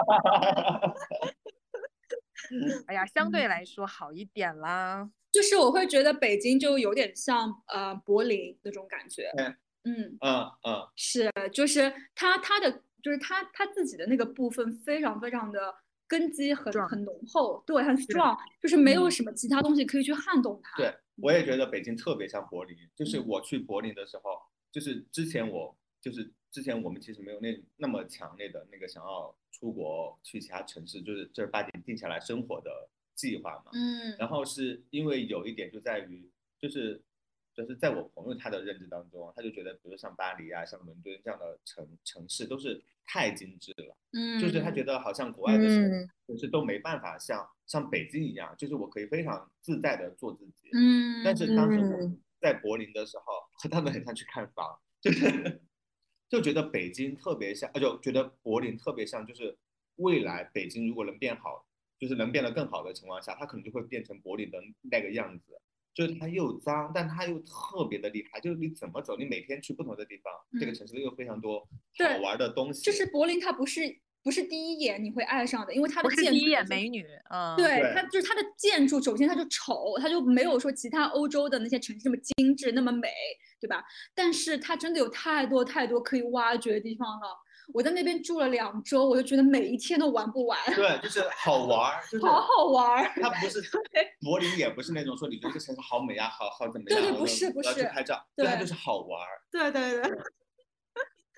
哎呀，相对来说好一点啦。 就是我会觉得北京就有点像柏林那种感觉。是，就是他就是他自己的那个部分非常非常的根基很浓厚，对，很 strong，就是没有什么其他东西可以去撼动它。 对，我也觉得北京特别像柏林，就是我去柏林的时候，就是之前我们其实没有那么强烈的那个想要出国去其他城市，就是正儿八经定下来生活的计划嘛。然后是因为有一点就在于，就是在我朋友他的认知当中，他就觉得，比如像巴黎啊、像伦敦这样的城市都是太精致了，就是他觉得好像国外的城市都没办法像北京一样，就是我可以非常自在的做自己。但是当时我在柏林的时候，和他们很像去看房，就觉得北京特别像，就觉得柏林特别像，就是未来北京如果能变好，就是能变得更好的情况下，它可能就会变成柏林的那个样子。就是它又脏，但它又特别的厉害。就是你怎么走，你每天去不同的地方，这个城市又非常多好玩的东西。 就是柏林，它不是第一眼你会爱上的，因为它的建筑不是第一眼美女。 对，它就是它的建筑，首先它就丑，它就没有说其他欧洲的那些城市那么精致那么美，对吧？但是它真的有太多太多可以挖掘的地方了。我在那边住了2周，我就觉得每一天都玩不完。 对，就是好玩，就是好玩。 它不是柏林，也不是那种说你觉得这城市好美啊，好怎么样？ 对，不是要去拍照，对，它就是好玩。 对。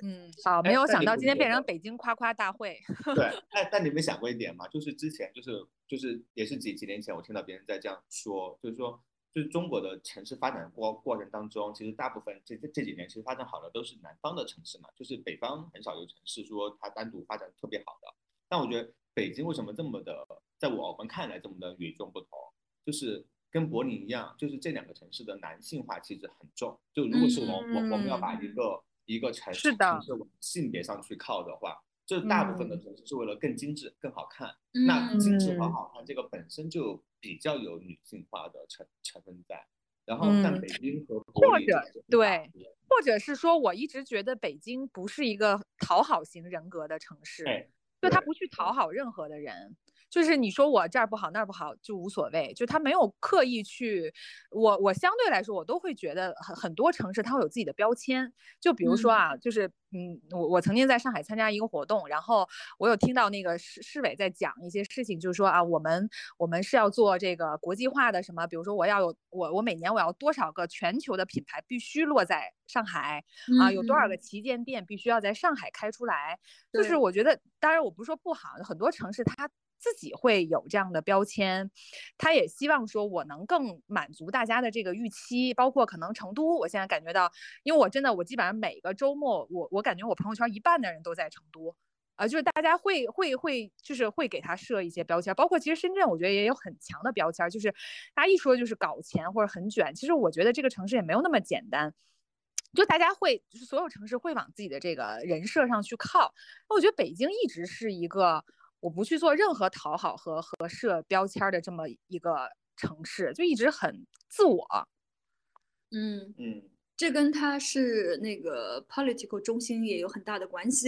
好，没有想到今天变成北京夸夸大会。 对，但你没想过一点吗？就是之前就是也是几年前，我听到别人在这样说，就是中国的城市发展过程当中，其实大部分这几年其实发展好的都是南方的城市嘛，就是北方很少有城市说它单独发展特别好的。但我觉得北京为什么这么的，在我们看来这么的与众不同，就是跟柏林一样，就是这两个城市的男性化气质很重。就如果是我们要把一个城市往性别上去靠的话，就是大部分的城市是为了更精致、更好看。那精致和好看这个本身就比较有女性化的成分在。然后，但北京和柏林或者是说，我一直觉得北京不是一个讨好型人格的城市，就他不去讨好任何的人。就是你说我这儿不好那儿不好就无所谓，就他没有刻意去，我相对来说我都会觉得很多城市它会有自己的标签，就比如说啊，就是我曾经在上海参加一个活动，然后我有听到那个市委在讲一些事情，就是说啊，我们是要做这个国际化的什么，比如说我每年我要多少个全球的品牌必须落在上海啊，有多少个旗舰店必须要在上海开出来，就是我觉得，当然我不是说不好，很多城市它自己会有这样的标签，他也希望说我能更满足大家的这个预期，包括可能成都，我现在感觉到，因为我基本上每个周末，我感觉我朋友圈一半的人都在成都，就是大家会就是会给他设一些标签，包括其实深圳，我觉得也有很强的标签，就是大家一说就是搞钱或者很卷，其实我觉得这个城市也没有那么简单。就大家会，就是所有城市会往自己的这个人设上去靠。我觉得北京一直是一个我不去做任何讨好和设标签的这么一个城市，就一直很自我。 这跟它是那个 political 中心也有很大的关系。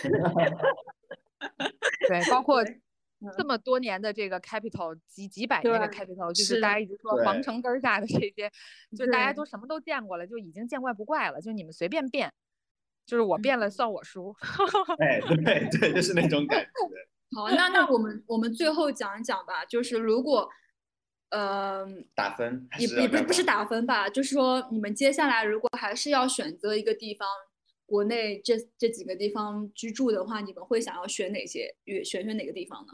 对，包括这么多年的这个 capital 几百年的 capital， 就是大家一直说皇城根下的这些，就是大家都什么都见过了，就已经见怪不怪了，就你们随便变，就是我变了算我输。 对，就是那种感觉。 好，那我们最后讲一讲吧，就是如果打分也不是打分吧，就是说你们接下来如果还是要选择一个地方，国内这几个地方居住的话，你们会想要选哪些？选哪个地方呢？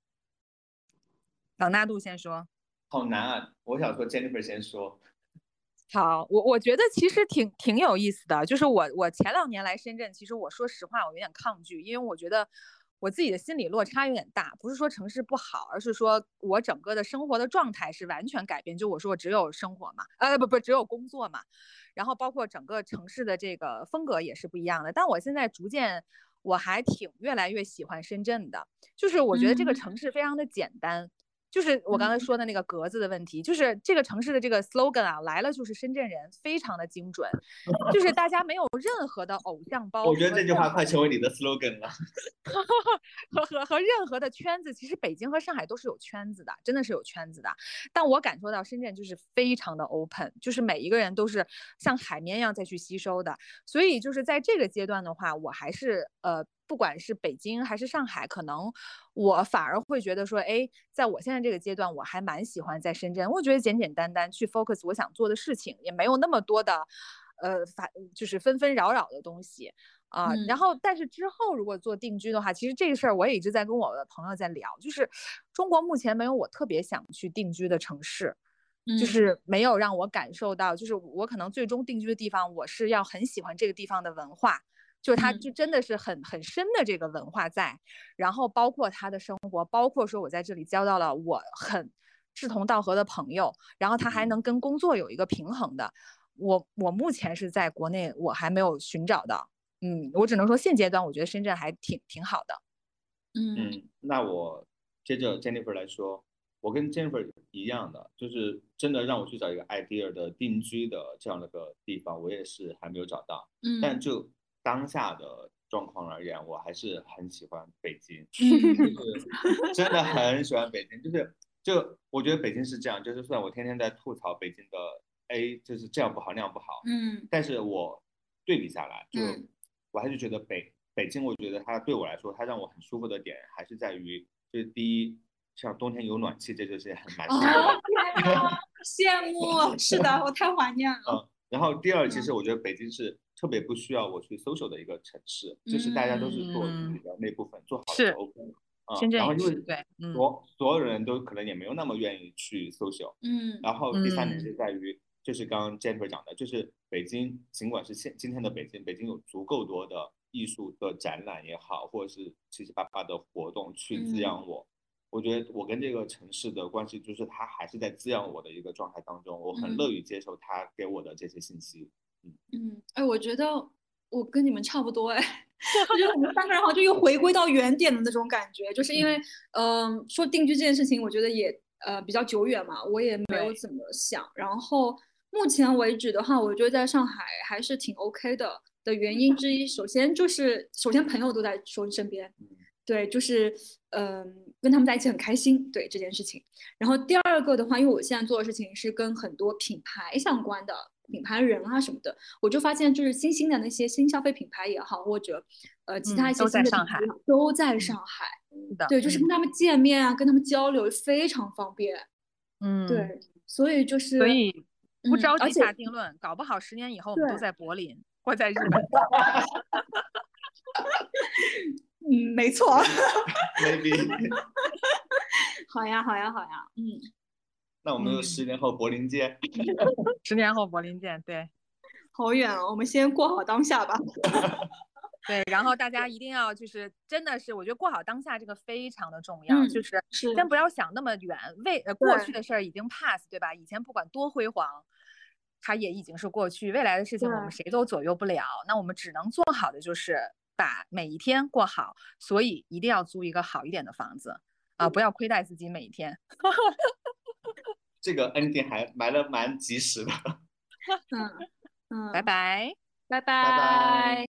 朗纳度先说。 好难啊，我想说 Jennifer 先说。 好，我觉得其实挺有意思的，就是我前2年来深圳，其实我说实话我有点抗拒，因为我觉得我自己的心理落差有点大，不是说城市不好，而是说我整个的生活的状态是完全改变。就我说我只有生活嘛，不只有工作嘛，然后包括整个城市的这个风格也是不一样的。但我现在逐渐我还越来越喜欢深圳的，就是我觉得这个城市非常的简单。就是我刚才说的那个格子的问题，就是这个城市的这个 slogan 啊，来了就是深圳人，非常的精准，就是大家没有任何的偶像包。 我觉得这句话快成为你的 slogan 了。 和任何的圈子，其实北京和上海都是有圈子的，真的是有圈子的。但我感受到深圳就是非常的 open， 就是每一个人都是像海绵一样再去吸收的。所以就是在这个阶段的话，我还是不管是北京还是上海，可能我反而会觉得说，哎，在我现在这个阶段，我还蛮喜欢在深圳。我觉得简简单单去 focus 我想做的事情，也没有那么多的就是纷纷扰扰的东西啊。然后，但是之后如果做定居的话，其实这个事儿我也一直在跟我的朋友在聊，就是中国目前没有我特别想去定居的城市。就是没有让我感受到，就是我可能最终定居的地方，我是要很喜欢这个地方的文化，就是它就真的是很深的这个文化在，然后包括他的生活，包括说我在这里交到了我很志同道合的朋友，然后他还能跟工作有一个平衡的。我目前是在国内我还没有寻找到，我只能说现阶段我觉得深圳还挺好的。 那我接着 Jennifer 来说。我跟 Jennifer 一样的，就是真的让我去找一个 idea 的定居的这样的个地方，我也是还没有找到。但就当下的状况而言，我还是很喜欢北京，就是真的很喜欢北京。就我觉得北京是这样，就是虽然我天天在吐槽北京的 A 就是这样不好那样不好，但是我对比下来，就我还是觉得北京，我觉得它对我来说，它让我很舒服的点还是在于，就是第一。像冬天有暖气，这就是很蛮舒服的。 羡慕，是的，我太怀念了。 然后第二，其实我觉得北京是特别不需要我去 social 的一个城市，就是大家都是做自己的那部分，做好了是就 OK 了。 深圳然后因为对， 所有人都可能也没有那么愿意去 social。然后第三点是在于，就是刚刚 Jennifer 讲的，就是北京尽管是今天的北京，北京有足够多的艺术的展览也好，或者是七七八八的活动去滋养我。我觉得我跟这个城市的关系，就是它还是在滋养我的一个状态当中，我很乐于接受它给我的这些信息。 哎，我觉得我跟你们差不多哎，我觉得我们3个人好像就又回归到原点的那种感觉，就是因为说定居这件事情，我觉得也比较久远嘛，我也没有怎么想。然后目前为止的话，我觉得在上海还是挺 OK 的原因之一，首先朋友都在身边。对，就是跟他们在一起很开心，对这件事情。然后第二个的话，因为我现在做的事情是跟很多品牌相关的，品牌人啊什么的，我就发现就是新兴的那些新消费品牌也好，或者其他一些新的品牌都在上海。对，就是跟他们见面啊，跟他们交流非常方便。对，所以不着急下定论，搞不好10年以后我们都在柏林或在日本。 没错。 maybe 好呀。 那我们就10年后柏林见。 10年后柏林见，对。 好远啊，我们先过好当下吧。 对，然后大家一定要就是真的是，我觉得过好当下这个非常的重要，就是先不要想那么远，过去的事儿已经 pass， 对吧？以前不管多辉煌，它也已经是过去，未来的事情我们谁都左右不了，那我们只能做好的就是把每一天过好，所以一定要租一个好一点的房子啊，不要亏待自己每一天。 这个 ending 还埋得蛮及时的。 拜拜。 拜拜。